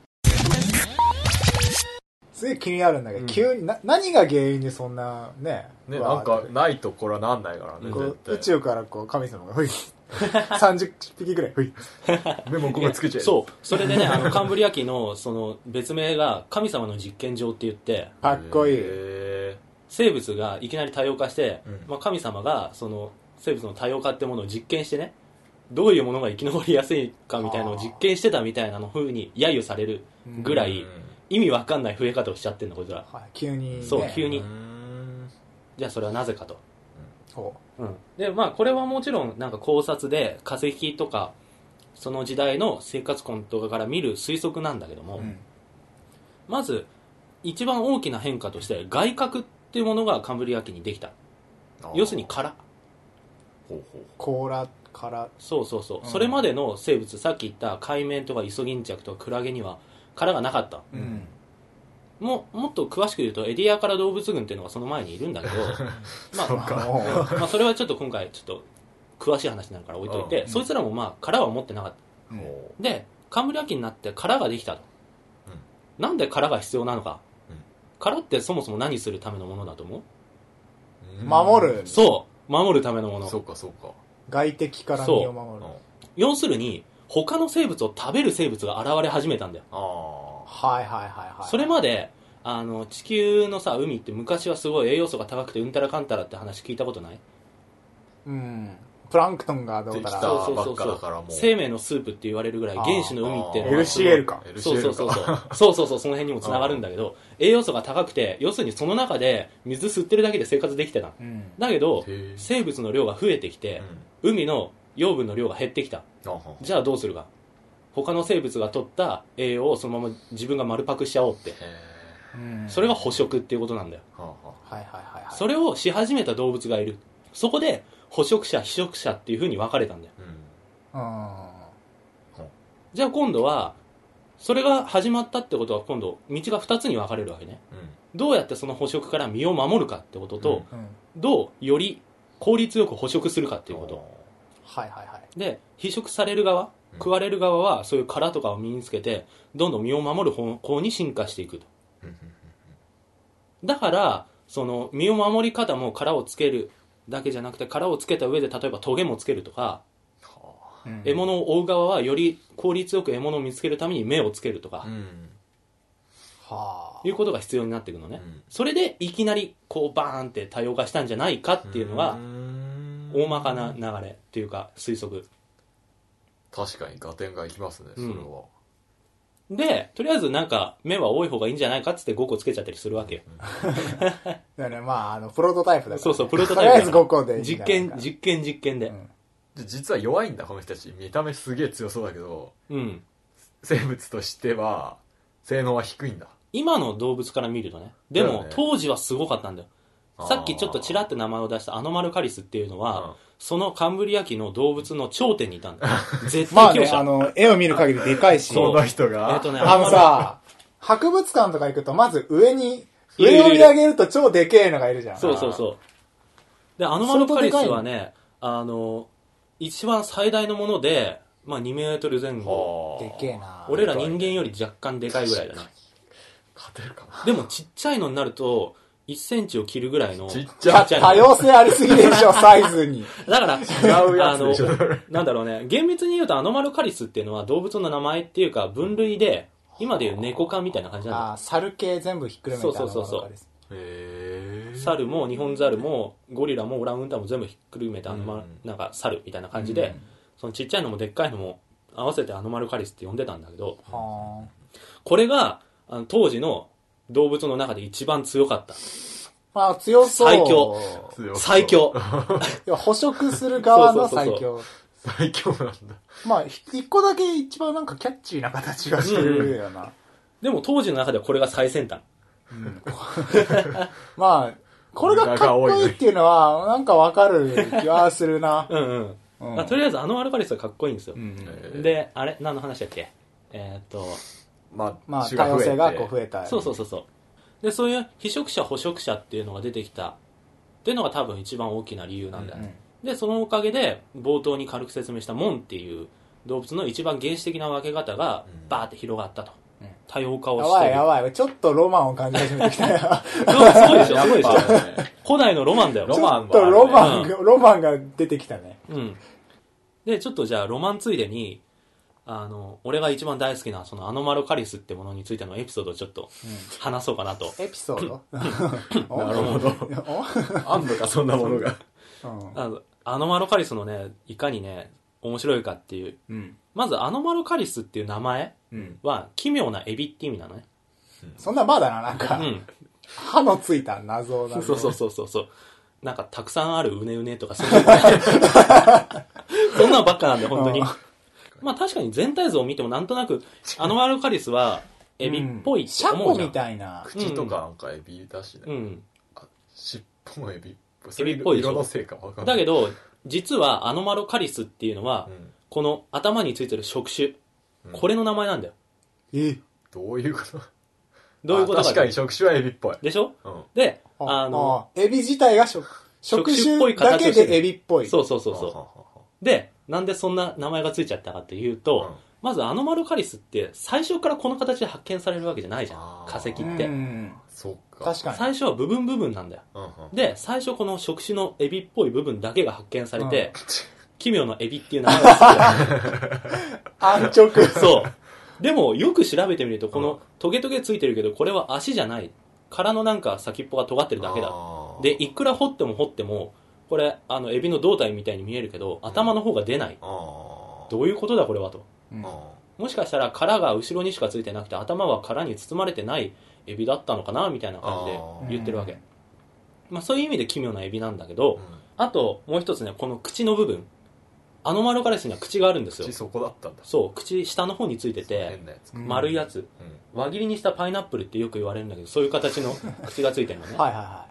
S2: すげえ気になるんだけど、うん、急にな何が原因でそんなね
S3: ねなんかないとこれはなんないからね、
S2: こう宇宙からこう神様がふいさんじゅっぴきぐらいふい
S3: 目もここつけちゃう
S1: そうそれでねあのカンブリア紀のその別名が神様の実験場って言って
S2: かっこいい
S1: 生物がいきなり多様化して、うんまあ、神様がその生物の多様化ってものを実験してねどういうものが生き残りやすいかみたいなのを実験してたみたいなの風に揶揄されるぐらい意味わかんない増え方をしちゃってるのこいつら、
S2: はい、急に、ね、
S1: そう急にじゃあそれはなぜかと、うんうん、でまあこれはもちろんなんか考察で化石とかその時代の生活痕とかから見る推測なんだけども、うん、まず一番大きな変化として外殻っていうものがカンブリア紀にできた要するに殻
S2: 甲羅殻
S1: そうそうそう、うん、それまでの生物さっき言った海綿とかイソギンチャクとかクラゲには殻がなかった、うん、も, もっと詳しく言うとエディアカラ動物群っていうのがその前にいるんだけどまあまあそれはちょっと今回ちょっと詳しい話になるから置いといて、うん、そいつらもまあ殻は持ってなかった、うん、でカンブリア紀になって殻ができたと、うん、なんで殻が必要なのか、うん、殻ってそもそも何するためのものだと思う？
S2: 守る。
S1: そう守るためのもの。
S3: そうかそうか。
S2: 外敵から身を守る。
S1: 要するに他の生物を食べる生物が現れ始めたんだよ。
S3: ああ。
S2: はいはいはいはい。
S1: それまであの地球のさ海って昔はすごい栄養素が高くてうんたらかんたらって話聞いたことない？
S2: うん。プランクトンがどうたら。
S1: そうそうそうそう生命のスープって言われるぐらい原始の海っていうのは
S2: エルシーエル か。
S1: そうそうそうそうそうそうそうその辺にもつながるんだけど栄養素が高くて要するにその中で水吸ってるだけで生活できてた、うん、だけど生物の量が増えてきて、うん、海の養分の量が減ってきた、うん、じゃあどうするか他の生物が取った栄養をそのまま自分が丸パクしちゃおうって、それが捕食っていうことなんだよ。
S2: はいはいはいはい。
S1: それをし始めた動物がいる。そこで捕食者、被食者っていう風に分かれたんだよ。うん、あじゃあ今度はそれが始まったってことは今度道がふたつに分かれるわけね。うん、どうやってその捕食から身を守るかってことと、うん、どうより効率よく捕食するかっていうこと。
S2: はいはいはい。
S1: で被食される側、食われる側はそういう殻とかを身につけてどんどん身を守る方向に進化していくと。だからその身を守り方も殻をつけるだけじゃなくて殻をつけた上で例えばトゲもつけるとか、うん、獲物を追う側はより効率よく獲物を見つけるために目をつけるとか、うん、はあ、いうことが必要になっていくのね、うん、それでいきなりこうバーンって多様化したんじゃないかっていうのが大まかな流れっていうか推測。
S3: 確かに合点がいきますねそれは、
S1: うん、でとりあえずなんか目は多い方がいいんじゃないかっつってごこつけちゃったりするわけよ。
S2: だからね、まああのプロトタイプだから、ね、
S1: そうそうプロトタイプだから
S2: とりあえずごこでいい
S1: 実験実験実験で、うん、
S3: 実は弱いんだこの人たち。見た目すげえ強そうだけど、うん、生物としては性能は低いんだ
S1: 今の動物から見るとね。でも、ね、当時はすごかったんだよ。さっきちょっとちらって名前を出したアノマルカリスっていうのは、そのカンブリア紀の動物の頂点にいたんだよ。絶対強者。
S2: まあね、あの、絵を見る限りでかいし。
S3: その人が。
S2: えっとね、あのさ、博物館とか行くと、まず上に、上を見上げると超でけえのがいるじゃん。
S1: そうそうそう。で、アノマルカリスはね、あの、一番最大のもので、まあにメートル前後。
S2: でけえな。
S1: 俺ら人間より若干でかいぐらいだね。
S3: 勝てるかな。
S1: でもちっちゃいのになると、いっセンチを切るぐらいの
S3: ちっちゃい
S2: 多様性ありすぎでしょサイズに。
S1: だから
S3: 違うやつでしょ。
S1: あのなんだろうね、厳密に言うとアノマルカリスっていうのは動物の名前っていうか分類で今でいう猫科みたいな感じなんだよ。
S2: ああ、猿系全部ひっくるめたアノマルカリス。そうそうそうそう。
S1: へー。猿もニホンザルもゴリラもオランウータンも全部ひっくるめたアノマル、うん、なんか猿みたいな感じで、うん、そのちっちゃいのもでっかいのも合わせてアノマルカリスって呼んでたんだけど、はこれがあの当時の動物の中で一番強かった。
S2: まあ強そう。
S1: 最強。最強。
S2: いや捕食する側の最強。
S3: 最強なんだ。
S2: まあ一個だけ一番なんかキャッチーな形がしてるよな、うん。
S1: でも当時の中ではこれが最先端。うん、
S2: まあこれがかっこいいっていうのはなんかわかる気はするな。
S1: うんうん。うんまあ、とりあえずあのアルカリスはかっこいいんですよ。うん、で、あれ何の話だっけ？えー、っと
S3: まあ、
S2: まあ、多様性がこう増えた。
S1: そうそうそうそう。でそういう被食者捕食者っていうのが出てきたっていうのが多分一番大きな理由なんだよね、うんうん、でそのおかげで冒頭に軽く説明した門っていう動物の一番原始的な分け方がバーって広がったと、うん、多様化をしてる。
S2: やばいやばいちょっとロマンを感じ始めてきたよ。
S1: すごいでしょすごいでしょ古代のロマンだよ。
S2: ロマンちょっとロマン、うん、ロマンが出てきたね。
S1: うんでちょっとじゃあロマンついでにあの俺が一番大好きなそのアノマルカリスってものについてのエピソードをちょっと話そうかなと、
S2: うん、エピソード
S3: なるほどあんのかそんなものが、
S1: うん、あのアノマルカリスのねいかにね面白いかっていう、うん、まずアノマルカリスっていう名前は奇妙なエビって意味なのね、
S2: うん、そんなまだななんか、うん、歯のついた謎だね。
S1: そうそうそうそうそうなんかたくさんあるうねうねとかそんなそんなのばっかなんだよ本当に。まあ確かに全体図を見てもなんとなくアノマルカリスはエビっぽいって思うじゃん、
S2: シャコみたいな
S3: 口とかなんかエビだしね、うん、尻尾もエビっぽい。
S1: エビっぽいでしょ。
S3: 色のせいか分かんない。
S1: だけど実はアノマルカリスっていうのは、うん、この頭についてる触手、うん、これの名前なんだよ。
S3: えどういうこと
S1: どういうことか。
S3: 確かに触手はエビっぽい
S1: でしょ、うん、であの
S2: あエビ自体が触触手だけでエビっぽい。
S1: そうそうそうそうでなんでそんな名前がついちゃったかというと、 まずアノマロカリスって最初からこの形で発見されるわけじゃないじゃん、化石って。うん、
S3: そうか。
S2: 確かに。
S1: 最初は部分部分なんだよ。うんうん、で、最初この触手のエビっぽい部分だけが発見されて、うん、奇妙なエビっていう名前がつく。
S2: 安直。
S1: そう。でもよく調べてみると、このトゲトゲついてるけど、これは足じゃない。殻のなんか先っぽが尖ってるだけだ。で、いくら掘っても掘っても、これ、あの、エビの胴体みたいに見えるけど、頭の方が出ない。どういうことだこれはと。うん、もしかしたら殻が後ろにしかついてなくて、頭は殻に包まれてないエビだったのかなみたいな感じで言ってるわけ。まあそういう意味で奇妙なエビなんだけど、うん、あともう一つね、この口の部分。アノマロカリスには口があるんですよ。
S3: 口そこだったんだ。
S1: そう、口下の方についてて、丸いやつ、うん。輪切りにしたパイナップルってよく言われるんだけど、そういう形の口がついてるのね。
S2: はいはいはい。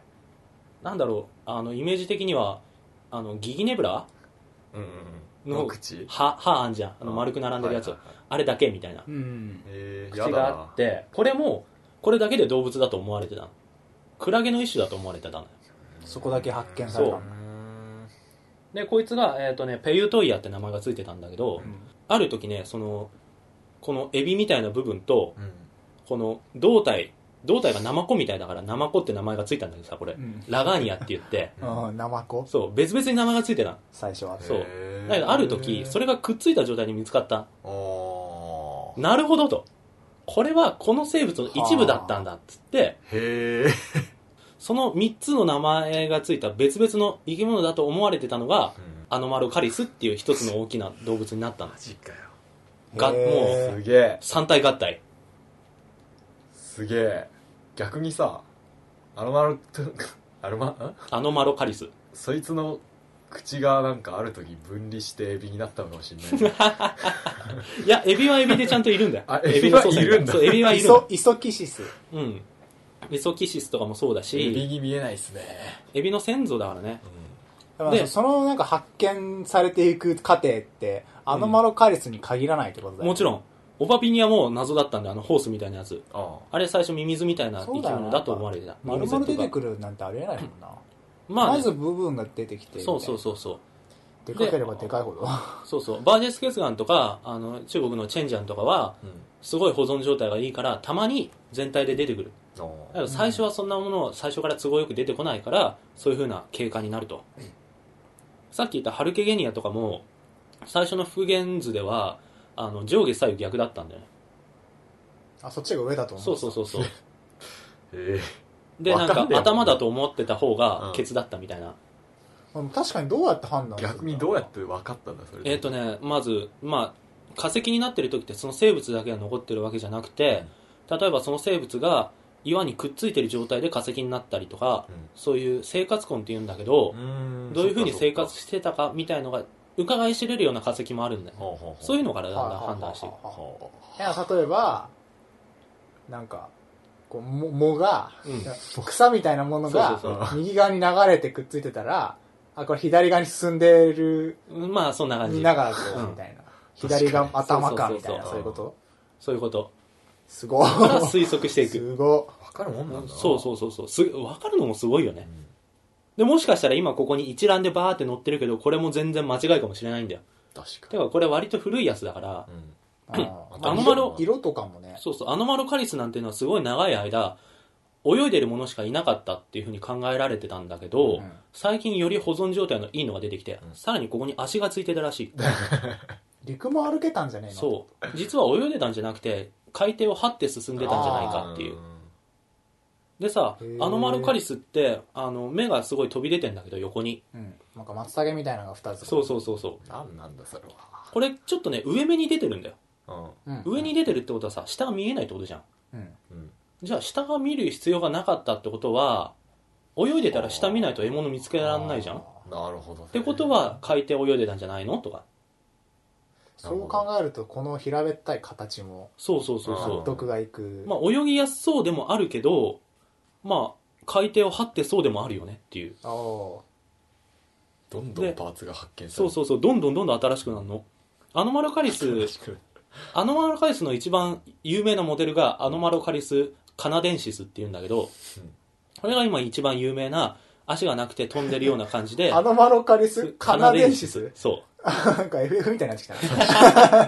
S1: なんだろう、あの、イメージ的には、あの、ギギネブラの口歯、歯あんじゃん。あの、丸く並んでるやつ。はいはいはい、あれだけみたいな。うん、口があって、これも、これだけで動物だと思われてたの。クラゲの一種だと思われてたのよ。
S2: そこだけ発見されたの。
S1: で、こいつが、えっとね、ペユトイヤって名前がついてたんだけど、うん、ある時ね、その、このエビみたいな部分と、うん、この胴体、胴体がナマコみたいだから、ナマコって名前がついたんだけどさ、これ。うん、ラガーニアって言って。
S2: うん、ナマコ
S1: そう、別々に名前がついてた。
S2: 最初は。
S1: そう。だけど、ある時、それがくっついた状態に見つかった。なるほどと。これはこの生物の一部だったんだっつって、へー。そのみっつの名前がついた別々の生き物だと思われてたのが、うん、アノマロカリスっていう一つの大きな動物になったんです。
S3: マジかよ。
S1: が、もう、すげえ。三体合体。
S3: すげえ。逆にさ、アノマロ、アノマ、ん
S1: アノマロカリス。
S3: そいつの口がなんかある時分離してエビになったのかもしれない。
S1: いや、エビはエビでちゃんといるんだよ。
S3: あ、エビはいるんだ。
S1: そう、エビはいるんだ。
S2: イソキシス。
S1: うん。イソキシスとかもそうだし、
S3: エビに見えないっすね。
S1: エビの先祖だからね。
S2: うん、で、そのなんか発見されていく過程って、アノマロカリスに限らないってことだよね。
S1: もちろん。オバピニはもう謎だったんで、あのホースみたいなやつ。あ, あれ最初ミミズみたいな生き物だと思われてた。
S2: 丸々出てくるなんてありえないもんな。まあ、ね、まず部分が出てきて。
S1: そうそうそうそう。
S2: でかければでかいほど。
S1: そうそう。バージェスケスガンとか、あの、中国のチェンジャンとかは、うん、すごい保存状態がいいから、たまに全体で出てくる。だから最初はそんなものを最初から都合よく出てこないから、そういう風な経過になると。うん、さっき言ったハルケゲニアとかも、最初の復元図では、あの、上下左右逆だったんだよね。
S2: あ、そっちが上だと思う。
S1: そうそうそうそう。へー。で、なんか頭だと思ってた方がケツだったみたいな。
S2: うん、確かにどうやって判断する
S3: 逆にどうやって分かったんだそれ。
S1: えっとね、まず、まあ、化石になってる時ってその生物だけが残ってるわけじゃなくて、うん、例えばその生物が岩にくっついてる状態で化石になったりとか、うん、そういう生活痕って言うんだけど、どういう風に生活してたかみたいのが伺い知れるような化石もあるんだよ、ね、そういうのからだんだん判断していく。
S2: いや例えばなんかこう藻が、うん、草みたいなものが右側に流れてくっついてたら、あこれ左側に進んでる、
S1: まあそんな感じ
S2: 見ながらこう、うん、みたいな左が頭かみたいな、そういうこと、
S1: そういうこと
S2: すごい
S1: から推測していく。
S2: すご
S3: い分かるもんなんだな。
S1: そうそうそうそうす分かるのもすごいよね、うん、でもしかしたら今ここに一覧でバーって載ってるけどこれも全然間違いかもしれないんだよ。
S3: 確かに。
S1: だからこれ割と古いやつだから、うん、
S2: あアノマロ色とかもね、
S1: そうそうアノマロカリスなんていうのはすごい長い間泳いでるものしかいなかったっていうふうに考えられてたんだけど、うん、最近より保存状態のいいのが出てきて、うん、さらにここに足がついてたらしい。
S2: 陸も歩けたんじゃねえの。
S1: そう実は泳いでたんじゃなくて海底を張って進んでたんじゃないかっていう。でさアノマロカリスってあの目がすごい飛び出てんだけど横に、
S2: うん、なんか松茸みたいなのがふたつ。
S1: そうそうそうそう。
S3: なんなんだそれは。
S1: これちょっとね上目に出てるんだよ、うん、上に出てるってことはさ下が見えないってことじゃん、うんうん、じゃあ下が見る必要がなかったってことは泳いでたら下見ないと獲物見つけられないじゃん。
S3: なるほど、ね、
S1: ってことは海底泳いでたんじゃないのとか。
S2: そう考えるとこの平べったい形も
S1: そうそうそうそう
S2: 納得がいく。
S1: まあ泳ぎやすそうでもあるけどまあ海底を張ってそうでもあるよねっていう。ああ
S3: どんどんパーツが発見される。
S1: そうそうそうどんどんどんどん新しくなるの。アノマロカリスアノマロカリスの一番有名なモデルがアノマロカリスカナデンシスっていうんだけど、うん、これが今一番有名な足がなくて飛んでるような感じで
S2: アノマロカリスカナデンシス。
S1: そう
S2: なんか エフエフ みたいになってきた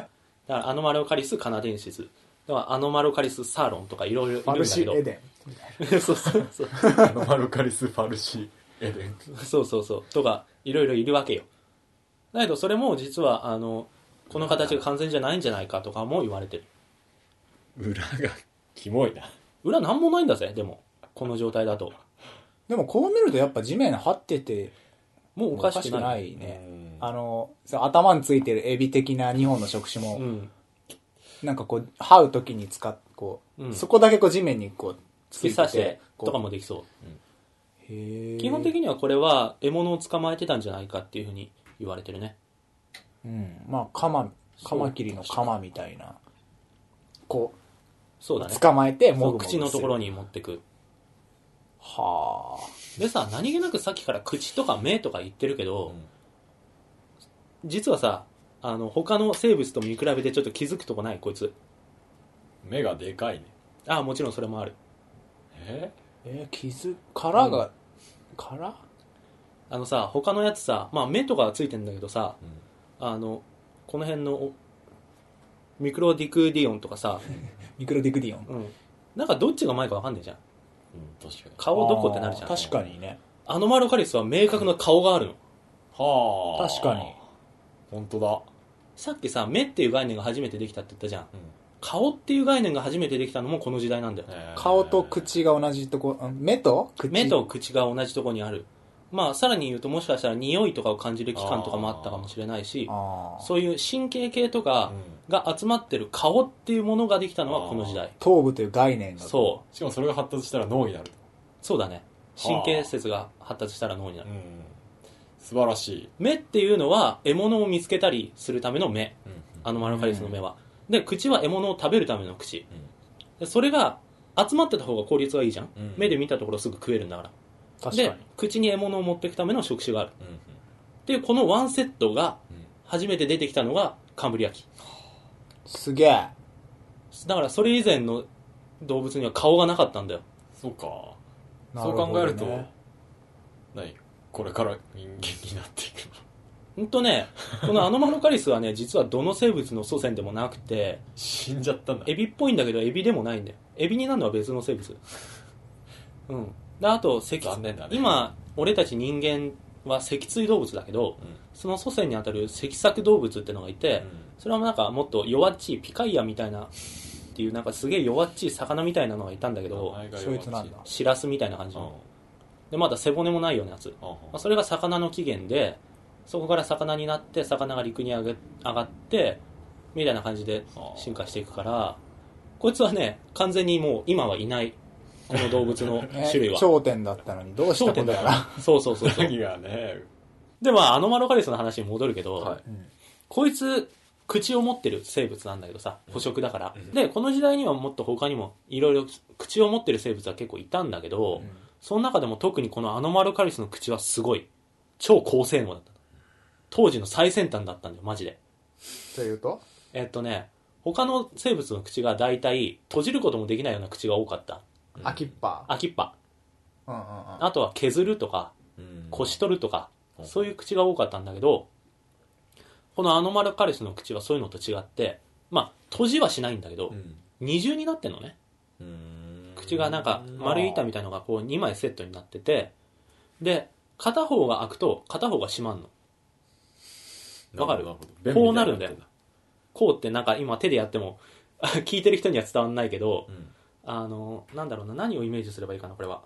S1: だからアノマロカリスカナデンシス、だからアノマロカリスサーロンとかいろいろいるんだけど、
S2: ファルシエデンみたいな
S1: そうそうそう
S3: アノマロカリスファルシエデン
S1: そうそうそうとかいろいろいるわけよ。だけどそれも実はあのこの形が完全じゃないんじゃないかとかも言われてる。
S3: 裏がキモいな。
S1: 裏なんもないんだぜ。でもこの状態だと
S2: でもこう見るとやっぱ地面張ってて
S1: もうおかしくない
S2: ないね。あの頭についてるエビ的なにほんの触手も、うん、なんかこう這う時に使っこう、うん、そこだけこう地面にこう
S1: 突き刺してとかもできそう、うん、へ基本的にはこれは獲物を捕まえてたんじゃないかっていうふうに言われてるね。
S2: うん、まあカマカマキリのカマみたいなこう
S1: そうだね、
S2: 捕まえても
S1: う口のところに持ってく。
S2: は
S1: あ。でさ、何気なくさっきから口とか目とか言ってるけど、うん、実はさ、あの他の生物と見比べてちょっと気づくとこないこいつ。
S3: 目がでかいね。
S1: ああ、もちろんそれもある。
S2: ええー、気づ殻が、うん、殻
S1: あのさ、他のやつさ、まあ目とかはついてんだけどさ、うん、あのこの辺のミクロディクディオンとかさ
S2: ミクロディクディオン、
S1: うん、なんかどっちが前か分かんないじゃん、
S3: うん、確かに
S1: 顔どこってなるじゃん。
S2: 確かにね。
S1: アノマロカリスは明確な顔があるの、
S3: うん、はあ
S2: 確かに
S3: 本当だ。
S1: さっきさ目っていう概念が初めてできたって言ったじゃん、うん、顔っていう概念が初めてできたのもこの時代なんだよ。
S2: 顔と口が同じとこ、目と口
S1: 目と口が同じとこにある。まあさらに言うともしかしたら匂いとかを感じる器官とかもあったかもしれないし、そういう神経系とかが集まってる顔っていうものができたのはこの時代。
S2: 頭部という概念が。
S1: そう。
S3: しかもそれが発達したら脳になる。
S1: そうだね。神経節が発達したら脳になる。うん、
S3: 素晴らしい。
S1: 目っていうのは獲物を見つけたりするための目、うん、アノマロカリスの目は、うん、で口は獲物を食べるための口、うん、でそれが集まってた方が効率がいいじゃん、うん、目で見たところすぐ食えるんだから。
S2: 確かに。
S1: で口に獲物を持っていくための触手がある、うんうん、っていうこのワンセットが初めて出てきたのがカンブリア紀。
S2: すげえ。
S1: だからそれ以前の動物には顔がなかったんだよ。
S3: そうか、そう考えると何これから人間になっていくの。
S1: ほんとね、このアノマロカリスはね実はどの生物の祖先でもなくて
S3: 死んじゃったんだ。
S1: エビっぽいんだけどエビでもないんだよ。エビになるのは別の生物。うんであと
S3: 残念だね、
S1: 今俺たち人間は脊椎動物だけど、うん、その祖先にあたる脊索動物ってのがいて、うん、それはなんかもっと弱っちいピカイアみたいなっていうなんかすげえ弱っちい魚みたいなのがいたんだけど、
S2: そいつなんだ。
S1: シラスみたいな感じの、でまだ背骨もないようなやつ、まあ、それが魚の起源でそこから魚になって魚が陸に上げ上がってみたいな感じで進化していくから、こいつはね完全にもう今はいない。この動物の種類は、
S2: ね、頂点だったのにどうしたことやら。
S1: そうそうそうそう。
S3: 何がね。
S1: でまあアノマロカリスの話に戻るけど、
S3: はい、
S1: こいつ口を持ってる生物なんだけどさ、捕食だから、うん、でこの時代にはもっと他にもいろいろ口を持ってる生物は結構いたんだけど、うん、その中でも特にこのアノマロカリスの口はすごい超高性能だった。当時の最先端だったんだよマジで。
S2: というと
S1: えっとね他の生物の口がだいたい閉じることもできないような口が多かった。
S2: アキッパ
S1: アキッパ、
S2: うんうんうん、
S1: あとは削るとかこし取るとか、うん、そういう口が多かったんだけど、このアノマロカリスの口はそういうのと違ってまあ閉じはしないんだけど、うん、二重になってんのね。うーん口がなんか丸い板みたいなのがこうにまいセットになってて、で片方が開くと片方が閉まんの。わかる？こうなるんだよ。こうってなんか今手でやっても聞いてる人には伝わんないけど、うん、あのなんだろうな、何をイメージすればいいかなこれは。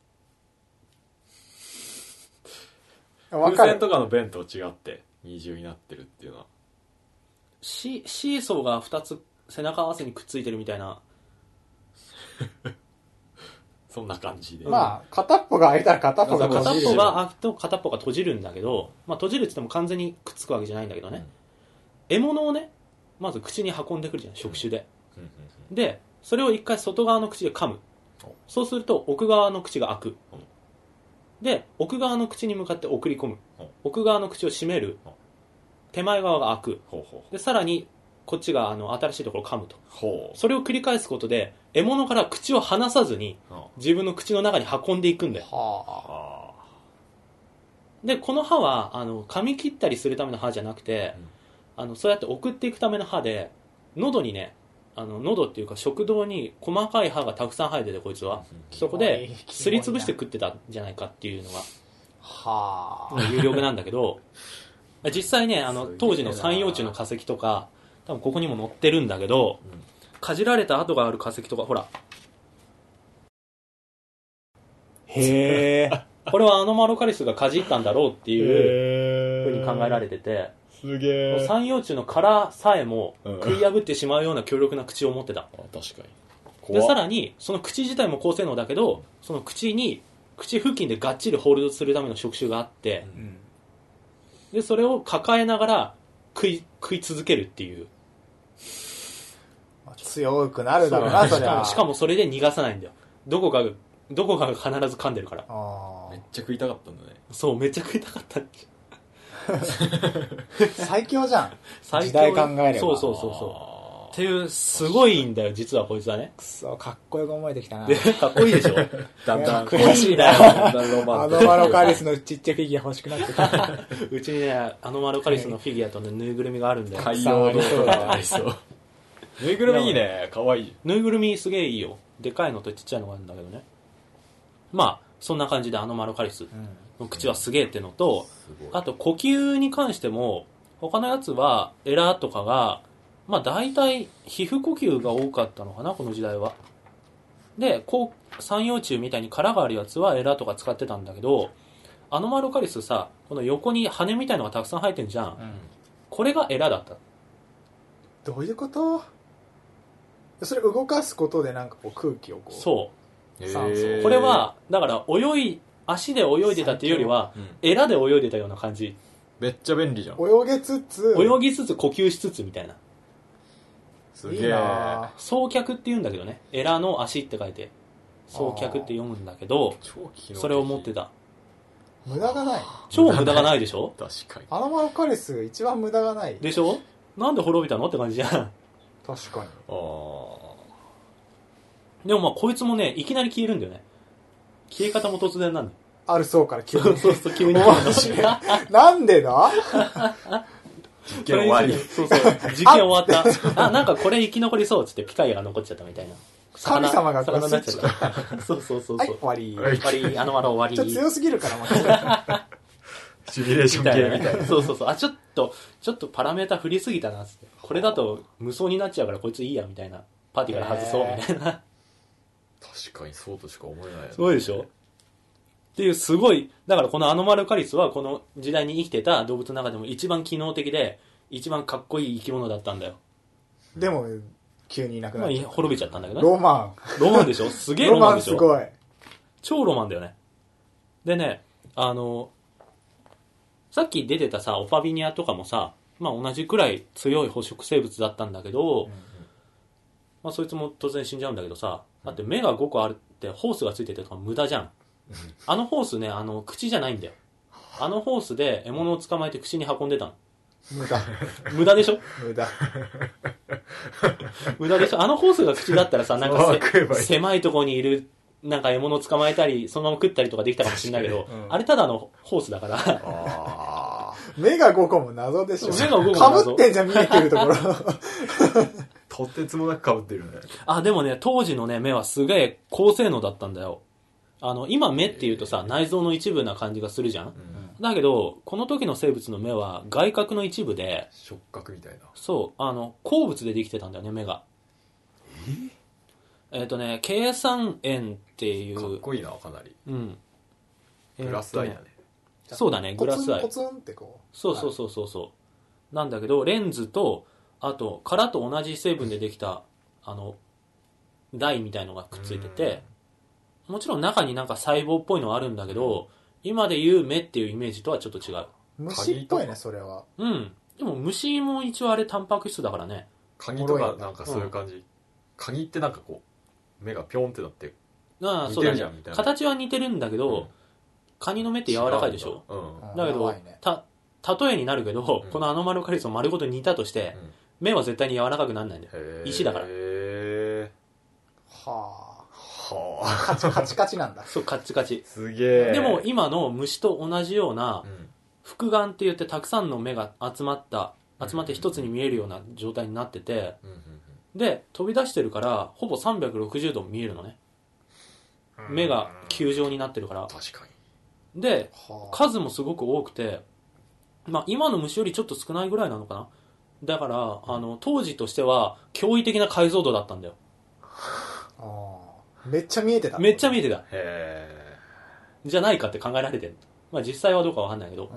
S3: 風船とかの弁と違って二重になってるっていうのは
S1: シ, シーソーがふたつ背中合わせにくっついてるみたいな
S3: そんな感じで、
S2: まあ片っぽが開いたら片っぽが閉じる。
S1: 片っぽが開くと片っぽが閉じるんだけど、まあ、閉じるって言っても完全にくっつくわけじゃないんだけどね、うん、獲物をねまず口に運んでくるじゃん触手で、うんうんうん、でそれを一回外側の口で噛む。そうすると奥側の口が開く。で奥側の口に向かって送り込む。奥側の口を閉める。手前側が開く。でさらにこっちがあの新しいところを噛むと。それを繰り返すことで獲物から口を離さずに自分の口の中に運んでいくんだよ。でこの歯はあの噛み切ったりするための歯じゃなくて、うん、あのそうやって送っていくための歯で、 喉にね、あの喉っていうか食道に細かい歯がたくさん生えてて、こいつはそこですりつぶして食ってたんじゃないかっていうのが
S2: はあ
S1: 有力なんだけど実際ね、あの当時の三葉虫の化石とか多分ここにも載ってるんだけど、うん、かじられた跡がある化石とか、ほら、
S2: へえ
S1: これはアノマロカリスがかじったんだろうっていうふうに考えられてて、
S3: すげえ。
S1: 三葉虫の殻さえも食い破ってしまうような強力な口を持ってた、
S3: うん、確か
S1: に。でさらにその口自体も高性能だけど、その口に口付近でがっちりホールドするための触手があって、うん、でそれを抱えながら食い食い続けるっていう。
S2: 強くなるだろうな、それは。
S1: しかもそれで逃がさないんだよ。どこかがどこかが必ず噛んでるから。
S3: あ、めっちゃ食いたかったんだね。
S1: そう、めっちゃ食いたかったん
S2: 最強じゃん。時代考えれば。
S1: そうそうそうそうっていう、すごいんだよ実はこいつはね。
S2: くそ、かっこよく思えてきたな。
S1: かっこいいでしょ
S3: だんだん
S2: 悔しいな。アノマロカリスのちっちゃいフィギュア欲しくなってきた。
S1: うちにね、アノマロカリスのフィギュアとね、ぬいぐるみがあるんで。
S2: 海洋のそうだ。
S3: ぬいぐるみいいね、かわいい。
S1: ぬいぐるみすげえいいよ。でかいのとちっちゃいのがあるんだけどね。まあそんな感じでアノマロカリスの口はすげえってのと、あと呼吸に関しても他のやつはエラとかがまあ大体皮膚呼吸が多かったのかな、この時代は。でこう三葉虫みたいに殻があるやつはエラとか使ってたんだけど、アノマロカリスさ、この横に羽みたいのがたくさん生えてんじゃん、うん、これがエラだった。
S2: どういうこと？それ動かすことでなんかこう空気をこう、
S1: そう酸素、これはだから泳い足で泳いでたっていうよりは、うん、エラで泳いでたような感じ。
S3: めっちゃ便利じゃん。
S2: 泳げつつ
S1: 泳ぎつつ呼吸しつつみたいな。
S3: すげえ。
S1: 双脚って言うんだけどね、エラの足って書いて双脚って読むんだけど、それを持ってた。
S2: 無駄がない。
S1: 超無駄がないでしょ。
S3: 確かに。
S2: アノマロカリス一番無駄がない
S1: でしょ。なんで滅びたのって感じじゃん。
S2: 確かに。あ
S1: でもまあこいつもね、いきなり消えるんだよね。消え方も突然なんだよ。
S2: あるそうから急に。
S1: そうそうそう、急に。
S2: なんでだ
S3: 実験終わり。
S1: そうそう、実験終わった。あ、なんかこれ生き残りそうっつってピカイアが残っちゃったみたいな。
S2: 神様が
S1: 魚になっちゃった。そうそうそうそう。
S2: はい、終わり。
S1: 終わり、あのまま終わり。
S2: ちょっと強すぎるからまた。
S3: シミュレーションゲームみたいな。
S1: そうそうそう。あ、ちょっと、ちょっとパラメータ振りすぎたなっつって。これだと無双になっちゃうからこいついいやみたいな。パーティーから外そうみたいな。
S3: 確かにそうとしか思えないよね。
S1: すごいでしょっていう、すごい。だからこのアノマロカリスはこの時代に生きてた動物の中でも一番機能的で一番かっこいい生き物だったんだよ。
S2: でも急にいなくなっちゃった、
S1: まあ、滅びちゃったんだけど
S2: ね。ロマ
S1: ンロマンでしょ。すげえロマンでしょ。
S2: ロマンすごい。
S1: 超ロマンだよね。でね、あのさっき出てたさオパビニアとかもさ、まあ同じくらい強い捕食生物だったんだけど、うんうん、まあそいつも突然死んじゃうんだけどさ、だって目がごこあるってホースがついててとか無駄じゃん。あのホースね、あの口じゃないんだよ。あのホースで獲物を捕まえて口に運んでたの。
S2: 無駄。
S1: 無駄でしょ。
S2: 無駄。
S1: 無駄でしょ。あのホースが口だったらさ、なんか狭いところにいるなんか獲物を捕まえたりそのまま食ったりとかできたかもしれないけど、うん、あれただのホースだから。
S2: あ目がごこも謎でしょ。
S1: 目がごこも
S2: 謎。かぶってんじゃん、見えてるところ。
S3: とてつもなくかぶってるね。
S1: あ、でもね、当時のね目はすげえ高性能だったんだよ。あの今目っていうとさ、内臓の一部な感じがするじゃん、うん、だけどこの時の生物の目は外角の一部で
S3: 触覚みたいな。
S1: そう、あの鉱物でできてたんだよね、目が。えっ、ー、とね、計算円っていう
S3: かっこいいな、かなり。
S1: うん、
S3: グラスアイだね、
S1: えー、そうだね、グラスアイ。
S2: ポツンポツンってこ
S1: う、そうそうそうそうそう、はい、なんだけどレンズとあと殻と同じ成分でできたあの台みたいのがくっついてて、もちろん中になんか細胞っぽいのはあるんだけど、今でいう目っていうイメージとはちょっと違う。
S2: 虫っぽいね、それは。
S1: うん。でも虫も一応あれタンパク質だからね。
S3: カニとかなんかそういう感じ、うん、カニってなんかこう目がピョンってなって似てるじゃんみたいな。
S1: 形は似てるんだけど、うん、カニの目って柔らかいでしょ。うん、だけど、ね、た例えになるけど、うん、このアノマロカリスを丸ごと煮たとして、うん、目は絶対に柔らかくならないんだよ。石だから。へ
S2: ー。はあ。
S3: はあ、
S2: カチカチカチなんだ。
S1: そう、カチカチ。
S3: すげえ。
S1: でも今の虫と同じような複眼って言ってたくさんの目が集まった集まって一つに見えるような状態になってて、
S3: うんうん
S1: で飛び出してるからほぼさんびゃくろくじゅうど見えるのね。目が球状になってるから。
S3: 確か
S1: に。で
S2: はあ、
S1: 数もすごく多くて、まあ今の虫よりちょっと少ないぐらいなのかな。だからあの当時としては驚異的な解像度だったんだよ。
S2: あーめっちゃ見えてた。
S1: めっちゃ見えてた。
S3: へ
S1: じゃないかって考えられてる。まあ実際はどうかわかんないけど、
S2: うん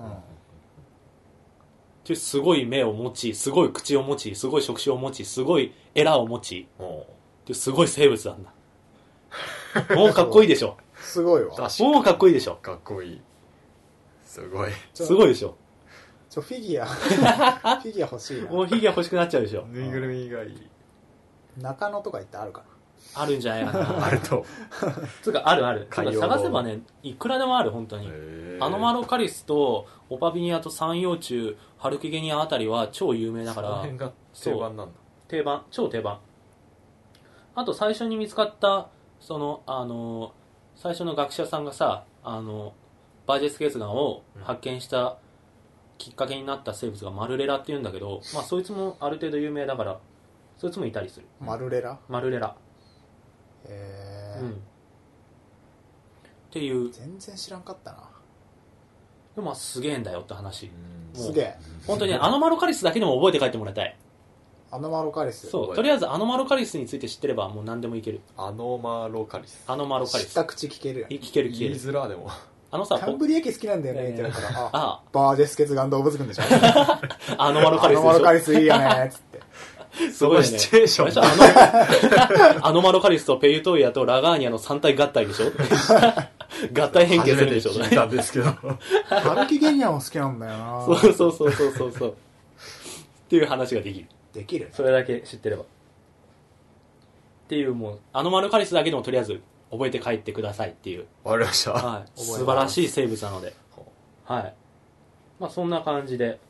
S1: っていうすごい目を持ち、すごい口を持ち、すごい触手を持ち、すごいエラを持ち、
S3: え。お
S1: っていうすごい生物なんだ。もうかっこいいでしょ。
S2: すごいわ。
S3: 確か
S1: もうかっこいいでしょ。
S3: かっこいい。すごい。
S2: ちょ
S1: すごいでしょ。
S2: ちょフィギュアフィギュア欲しいな。
S1: もうフィギュア欲しくなっちゃうでしょ。
S3: ぬいぐるみがいい。
S2: 中野とか行ってあるか
S1: あるんじゃないかな。
S3: あると。
S1: つうかあるある。つうか
S3: 海洋堂
S1: 探せばね、いくらでもある本当に。アノマロカリスとオパビニアと三葉虫、ハルキゲニアあたりは超有名だから
S3: その辺が定番なんだ。
S1: 定番、超定番。あと最初に見つかったそのあの最初の学者さんがさ、あのバージェスケースガンを発見したきっかけになった生物がマルレラっていうんだけど、まあそいつもある程度有名だからそいつもいたりする。
S2: な。マルレラ。
S1: マルレラ。
S2: へー
S1: うん。っていう
S2: 全然知らんかったな。
S1: でもまあすげえんだよって話。もう
S2: すげえ。
S1: 本当にねアノマロカリスだけでも覚えて帰ってもらいたい。
S2: アノマロカリス。
S1: そう、とりあえずアノマロカリスについて知ってればもう何でもいける。
S3: アノマロカリス。
S1: アノマロカリス。
S2: 知った口聞けるやん。
S1: 聞ける聞け
S3: 言い
S1: る。
S3: づらでも。
S1: あのさ、
S2: カンブリア家好きなんだよねって言われたら、あ、
S1: あ
S2: バージェスケツガン動物群でしょ。
S1: アノマロカリスでしょ。
S2: アノマロカリスいいよねっつって。
S1: すごいね。
S3: シチュエーション
S1: 最初あのアノマロカリスとペユトイヤとラガーニャの三体合体でしょ。合体変形するでしょ。
S3: 初めて聞いたんですけど。
S2: ハルキゲニアも好きなんだよな。
S1: そうそうそうそうそうそう。っていう話ができる。
S2: できる。
S1: それだけ知ってれば。っていうもうアノマロカリスだけでもとりあえず覚えて帰ってくださいっていう。
S3: わかりました。
S1: はい。
S2: 覚えます
S1: 素晴らしい生物なので。はい。まあそんな感じで。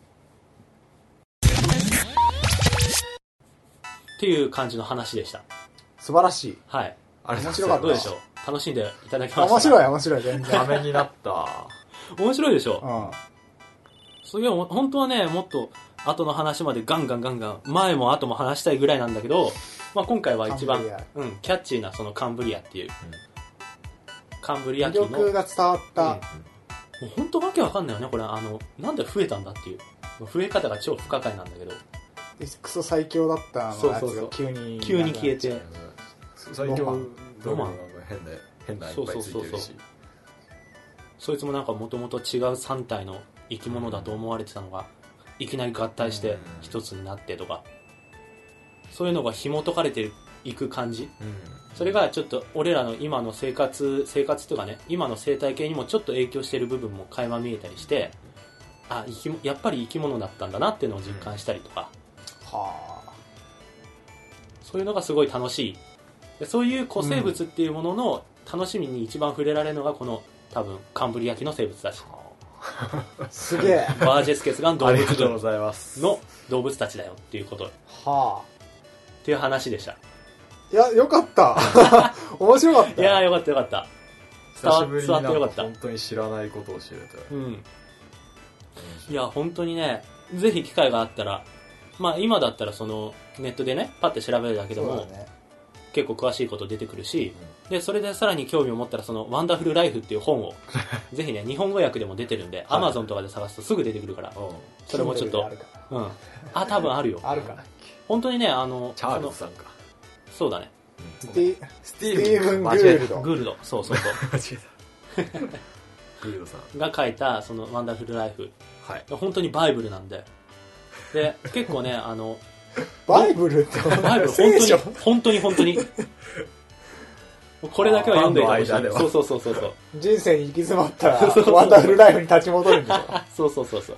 S1: っていう感じの話でした。
S2: 素晴らしい。
S1: はい。
S3: あれ
S2: 面白かった
S1: どうでしょう、楽しんでいただきました。
S2: 面白い面白い全然。
S3: ためになった。
S1: 面白いでしょ、
S2: うん。
S1: すげえ、本当はね、もっと後の話までガンガンガンガン、前も後も話したいぐらいなんだけど、まあ、今回は一番、
S2: カンブリア
S1: うん、キャッチーなそのカンブリアっていう、うん、カンブリア
S2: 魅
S1: 紀の、
S2: 力が伝わった。
S1: うん、もう本当わけわかんないよね、これ。あの、なんで増えたんだっていう。増え方が超不可解なんだけど。
S2: でクソ最強だったのやつが急に。
S1: 急に消えて。
S3: 最強
S1: ロマン
S3: 変な、変ないっぱいついてるし。
S1: そうそうそうそうそいつもなんかもともと違うさん体の生き物だと思われてたのが、いきなり合体して一つになってとか、そういうのが紐解かれていく感じ、
S3: うん、
S1: それがちょっと俺らの今の生活生活とかね、今の生態系にもちょっと影響している部分も垣間見えたりして、あ、生きやっぱり生き物だったんだなっていうのを実感したりとか、
S2: はあ。
S1: そういうのがすごい楽しい。でそういう古生物っていうものの楽しみに一番触れられるのがこの多分カンブリア紀の生物たち。
S2: すげえ。
S1: バージェスケスガン動物
S3: ありがとうご
S1: 群
S3: ざいます
S1: の動物たちだよっていうことっ
S2: は
S1: ていう話でした。
S2: あ。いや、よかった。面白かった。
S1: いやーよかったよかった。伝わ
S3: 久しぶりに
S1: 伝わってよかった
S3: 本当に知らないことを知れた。
S1: うん。いや本当にね、ぜひ機会があったら、まあ今だったらそのネットでねパッて調べるだけでも、
S2: ね、
S1: 結構詳しいこと出てくるし、うん、でそれでさらに興味を持ったらそのワンダフルライフっていう本をぜひね日本語訳でも出てるんで、アマゾンとかで探すとすぐ出てくるから、それもちょっと
S2: あるか
S1: うん、あ多分あるよ。
S2: あるかな。
S1: 本当にね、あの
S3: チャールズさんか。
S1: そうだね。
S2: スティ
S3: ステ
S2: ィーブン・グールド。
S1: グールド、そうそうそう。
S3: 間違えた。グールドさん
S1: が書いたそのワンダフルライフ、
S3: はい、
S1: 本当にバイブルなんで、で結構ねあの
S2: バイブルって
S1: バイブル本当に本当に本当にこれだけは読んでいたほしい。そうそうそうそうそう。
S2: 人生に行き詰まったらワンダフルライフに立ち戻るんでしょ。
S1: そうそうそうそう。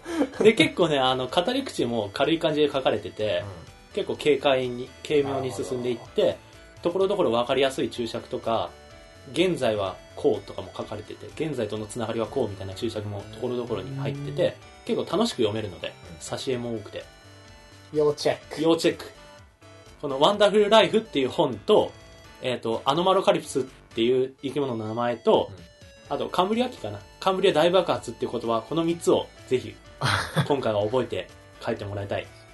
S1: で結構ねあの語り口も軽い感じで書かれてて、うん、結構軽快に軽妙に進んでいって、ところどころ分かりやすい注釈とか、現在はこうとかも書かれてて、現在とのつながりはこうみたいな注釈もところどころに入ってて、結構楽しく読めるので、挿絵も多くて
S2: 要チェック
S1: 要チェック。このワンダフルライフっていう本と、えっとアノマロカリプスっていう生き物の名前と、あとカンブリア紀かな、カンブリア大爆発っていう言葉、このみっつをぜひ今回は覚えて帰ってもらいたい。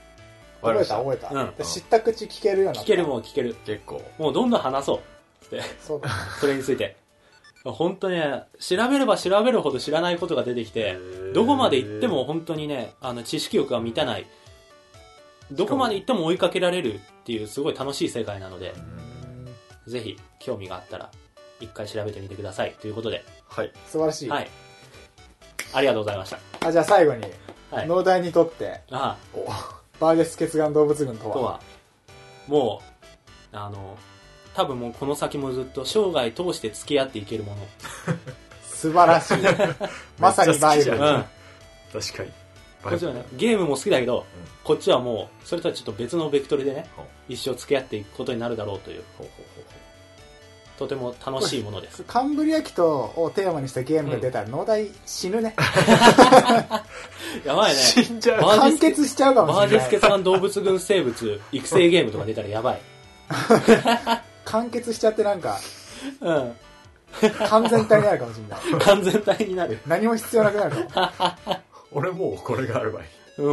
S2: 覚えた覚えた、うん、知った口聞けるような。
S1: 聞けるもう聞ける。
S3: 結構。
S1: もうどんどん話そう。って。そうだ、ね。それについて。本当にね、調べれば調べるほど知らないことが出てきて、どこまで行っても本当にね、あの、知識欲が満たない。どこまで行っても追いかけられるっていうすごい楽しい世界なので、ぜひ興味があったら一回調べてみてくださいということで。
S3: はい。
S2: 素晴らしい。
S1: はい。ありがとうございました。
S2: あ、じゃあ最後に、はい、農大にとって、ああバーゲス血眼動物群とはとは、もう、あの、多分もうこの先もずっと生涯通して付き合っていけるもの。 素晴らしい。まさにバイブル。うん。
S3: 確かに。
S1: こっちはね、ゲームも好きだけど、うん、こっちはもう、それとはちょっと別のベクトルでね、うん、一生付き合っていくことになるだろうという、ほうほうほうほうとても楽しいものです。
S2: カンブリア紀とをテーマにしたゲームが出たら、農大死ぬね。
S1: やばいね。
S2: 死んじゃう。完結しちゃうかもしれない。
S1: バージェス血眼動物群生物育成ゲームとか出たらやばい。
S2: 完結しちゃってなんか、うん。完全体になるかもしれない。
S1: 完全体になる。
S2: 何も必要なくなるかも。
S3: 俺もうこれがあればいい。
S1: うん、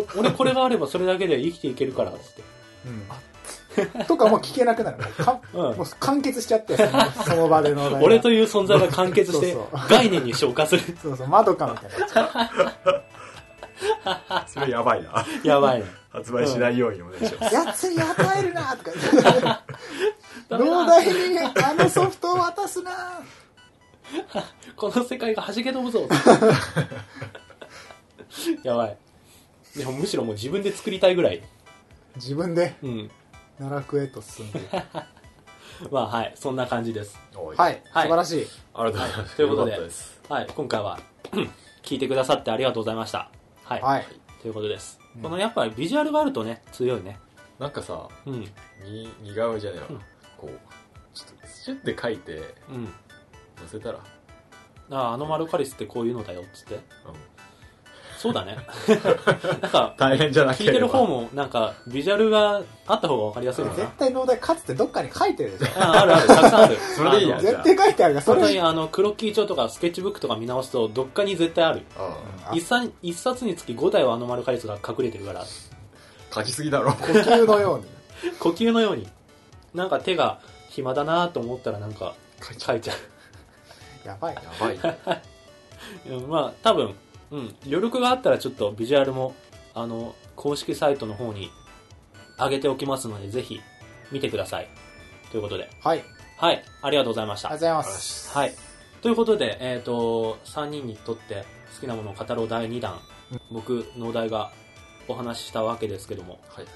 S1: 俺これがあればそれだけで生きていけるから、つって。
S2: うん。とかもう聞けなくなる。かうん、もう完結しちゃって、その、その場での。
S1: 俺という存在が完結して、そうそう概念に消化する。
S2: そうそう、窓かみたい
S3: な。それやばいな。
S1: やばいね。
S3: 発売しないようにお願いします。
S2: やつに与えるなとか言って。農大にあのソフトを渡すな
S1: この世界が弾け飛ぶぞやばい。でもむしろもう自分で作りたいぐらい。
S2: 自分で、
S1: うん、
S2: 奈落へと進んで
S1: まあはい、そんな感じです。
S2: はい、はい、素晴らしい。
S3: ありがとうございます。
S1: ということで、はい、今回は聞いてくださってありがとうございました。はい。はい、ということです。うん、このやっぱりビジュアルがあるとね、強いね。
S3: なんかさ、うん、に似顔絵じゃねえな、うん、こうちょっとシュッて書いて、うん、載せたら、
S1: ああ、あのマルカリスってこういうのだよっつって。うん、そうだね。なんか
S3: 大変じゃなくて
S1: 聞いてる方もなんかビジュアルがあった方が分かりやすいのかな。
S2: 絶対農大かつてどっかに書いてるでしょ。
S1: あ、あるある、たくさんある。
S3: それでいいや。
S2: 絶対書いてあるから。
S1: それ本当にあのクロッキー帳とかスケッチブックとか見直すとどっかに絶対ある。ああ、一冊一冊につきご体はあのマルカリスが隠れてるから。
S3: 書きすぎだろ。
S2: 呼吸のように。
S1: 呼吸のように。なんか手が暇だなと思ったらなんか書いちゃう。
S2: やばいや
S3: ばい。
S1: まあ多分、うん、余力があったらちょっとビジュアルもあの公式サイトの方に上げておきますのでぜひ見てくださいということで、
S2: はい
S1: はい、ありがとうございました。
S2: ありがとうございます。
S1: はい、ということで、えーと、さんにんにとって好きなものを語ろうだいにだん、うん、僕農大がお話ししたわけですけども、はい、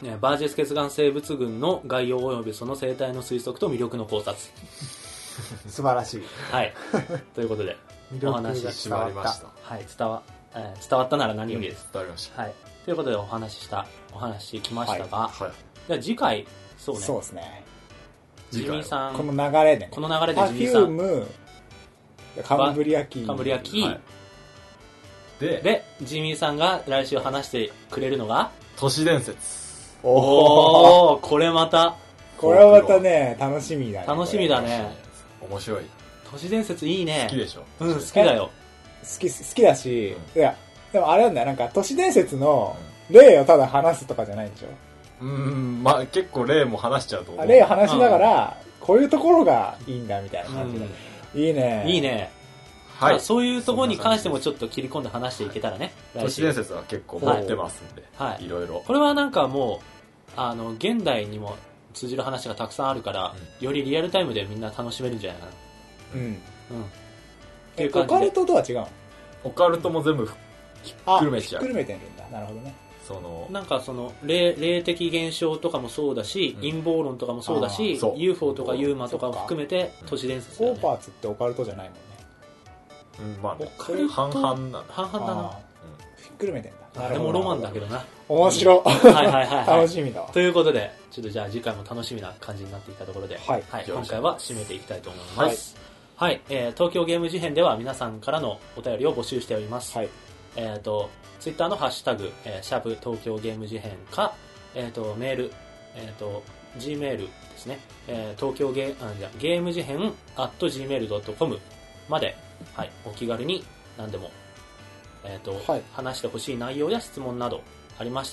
S1: ね、バージェス血眼生物群の概要及びその生態の推測と魅力の考察
S2: 素晴らしい。
S1: はい。ということで、お話が
S3: 伝わりました。
S1: はい、伝わ、えー、伝わったなら何よりです。
S3: 伝わりました。
S1: はい。ということでお話しした、お話きましたが、はいはい、じゃあ次回、そうね。
S2: そうですね。
S1: ジミーさん。
S2: この流れで、ね。
S1: この流れでジミーさん。
S2: パフューム、カンブリアキー。
S1: カンブリアキー。はい、
S3: で、
S1: で、ジミーさんが来週話してくれるのが、
S3: 都市伝説。
S1: おー、これまた。
S2: これはまたね、楽しみだね。
S1: 楽しみだね。
S3: 面白い。
S1: 都市伝説いいね。
S3: 好きでしょ。
S1: うん、好きだよ。
S2: 好き、好きだし、うん、いや、でもあれなんだよ、なんか都市伝説の例をただ話すとかじゃないでしょ。
S3: うん、まあ結構例も話しちゃうと思う。
S2: 例を話しながら、うん、こういうところがいいんだみたいな感じで。うん、いいね。
S1: いいね。はい。そういうところに関してもちょっと切り込んで話していけたらね。
S3: 都市伝説は結構持ってますんで、はい。いろいろ。
S1: これはなんかもう、あの、現代にも通じる話がたくさんあるから、うん、よりリアルタイムでみんな楽しめるんじゃないかな。うん。うん。
S2: っていう感じで。オカルトとは違うの？
S3: オカルトも全部ひっくるめちゃう。
S2: ひっくるめてるんだ。なるほどね。
S1: そのなんかその 霊, 霊的現象とかもそうだし、うん、陰謀論とかもそうだし、ユーフォー とかユーマとかも含めて都市伝説だよね。
S2: オーパーツってオカルトじゃないもんね。
S3: うん、まあ、ね、オカルト半々な
S1: 半々だな。
S2: ひっくるめてんだ。
S1: でもロマンだけどな。
S2: 面白。
S1: はいはいはい、はい、
S2: 楽しみだ。
S1: ということで、ちょっとじゃあ次回も楽しみな感じになっていたところで、はい、はい、今回は締めていきたいと思います。はい、はい、えー、東京ゲーム事変では皆さんからのお便りを募集しております。はい、えっ、ー、とツイッターのハッシュタグ、えー、シャープ東京ゲーム事変か、えっ、ー、とメール、えっ、ー、と G メールですね、えー、東京ゲーあじゃゲーム事変 アットジーメールドットコム まで、はい、お気軽に何でも、えっ、ー、と、はい、話してほしい内容や質問などありましたら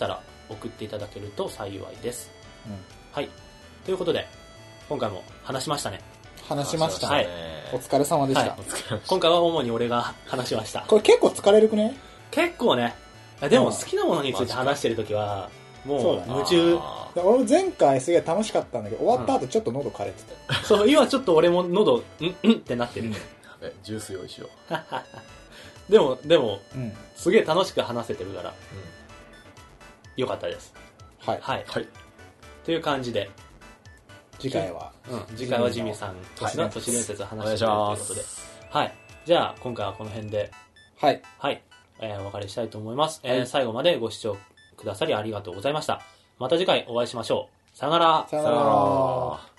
S1: 送っていただけると幸いです。
S2: うん、
S1: はい。ということで、今回も話しましたね。
S2: 話しましたね。
S1: はい。
S2: お疲れ様でした。はい、
S1: 今回は主に俺が話しました。
S2: これ結構疲れるくね？
S1: 結構ね。でも好きなものについて話してるときは、もう夢中。
S2: 俺前回すげえ楽しかったんだけど、終わった後ちょっと喉枯れてた。
S1: うん、そう、今ちょっと俺も喉、うんうんってなってる。
S3: え、ジュース用意しよう。
S1: でも、でも、
S2: うん、
S1: すげえ楽しく話せてるから、うん、よかったです。
S2: はい。
S1: はい。
S3: はい。
S1: という感じで、
S2: 次回は、
S1: うん、次回はジミーさんが都市伝説を話してくれるということで、はい。じゃあ、今回はこの辺で、
S2: はい。
S1: はい。えー、お別れしたいと思います。はい、えー、最後までご視聴くださりありがとうございました。また次回お会いしましょう。さよなら。
S2: さよなら。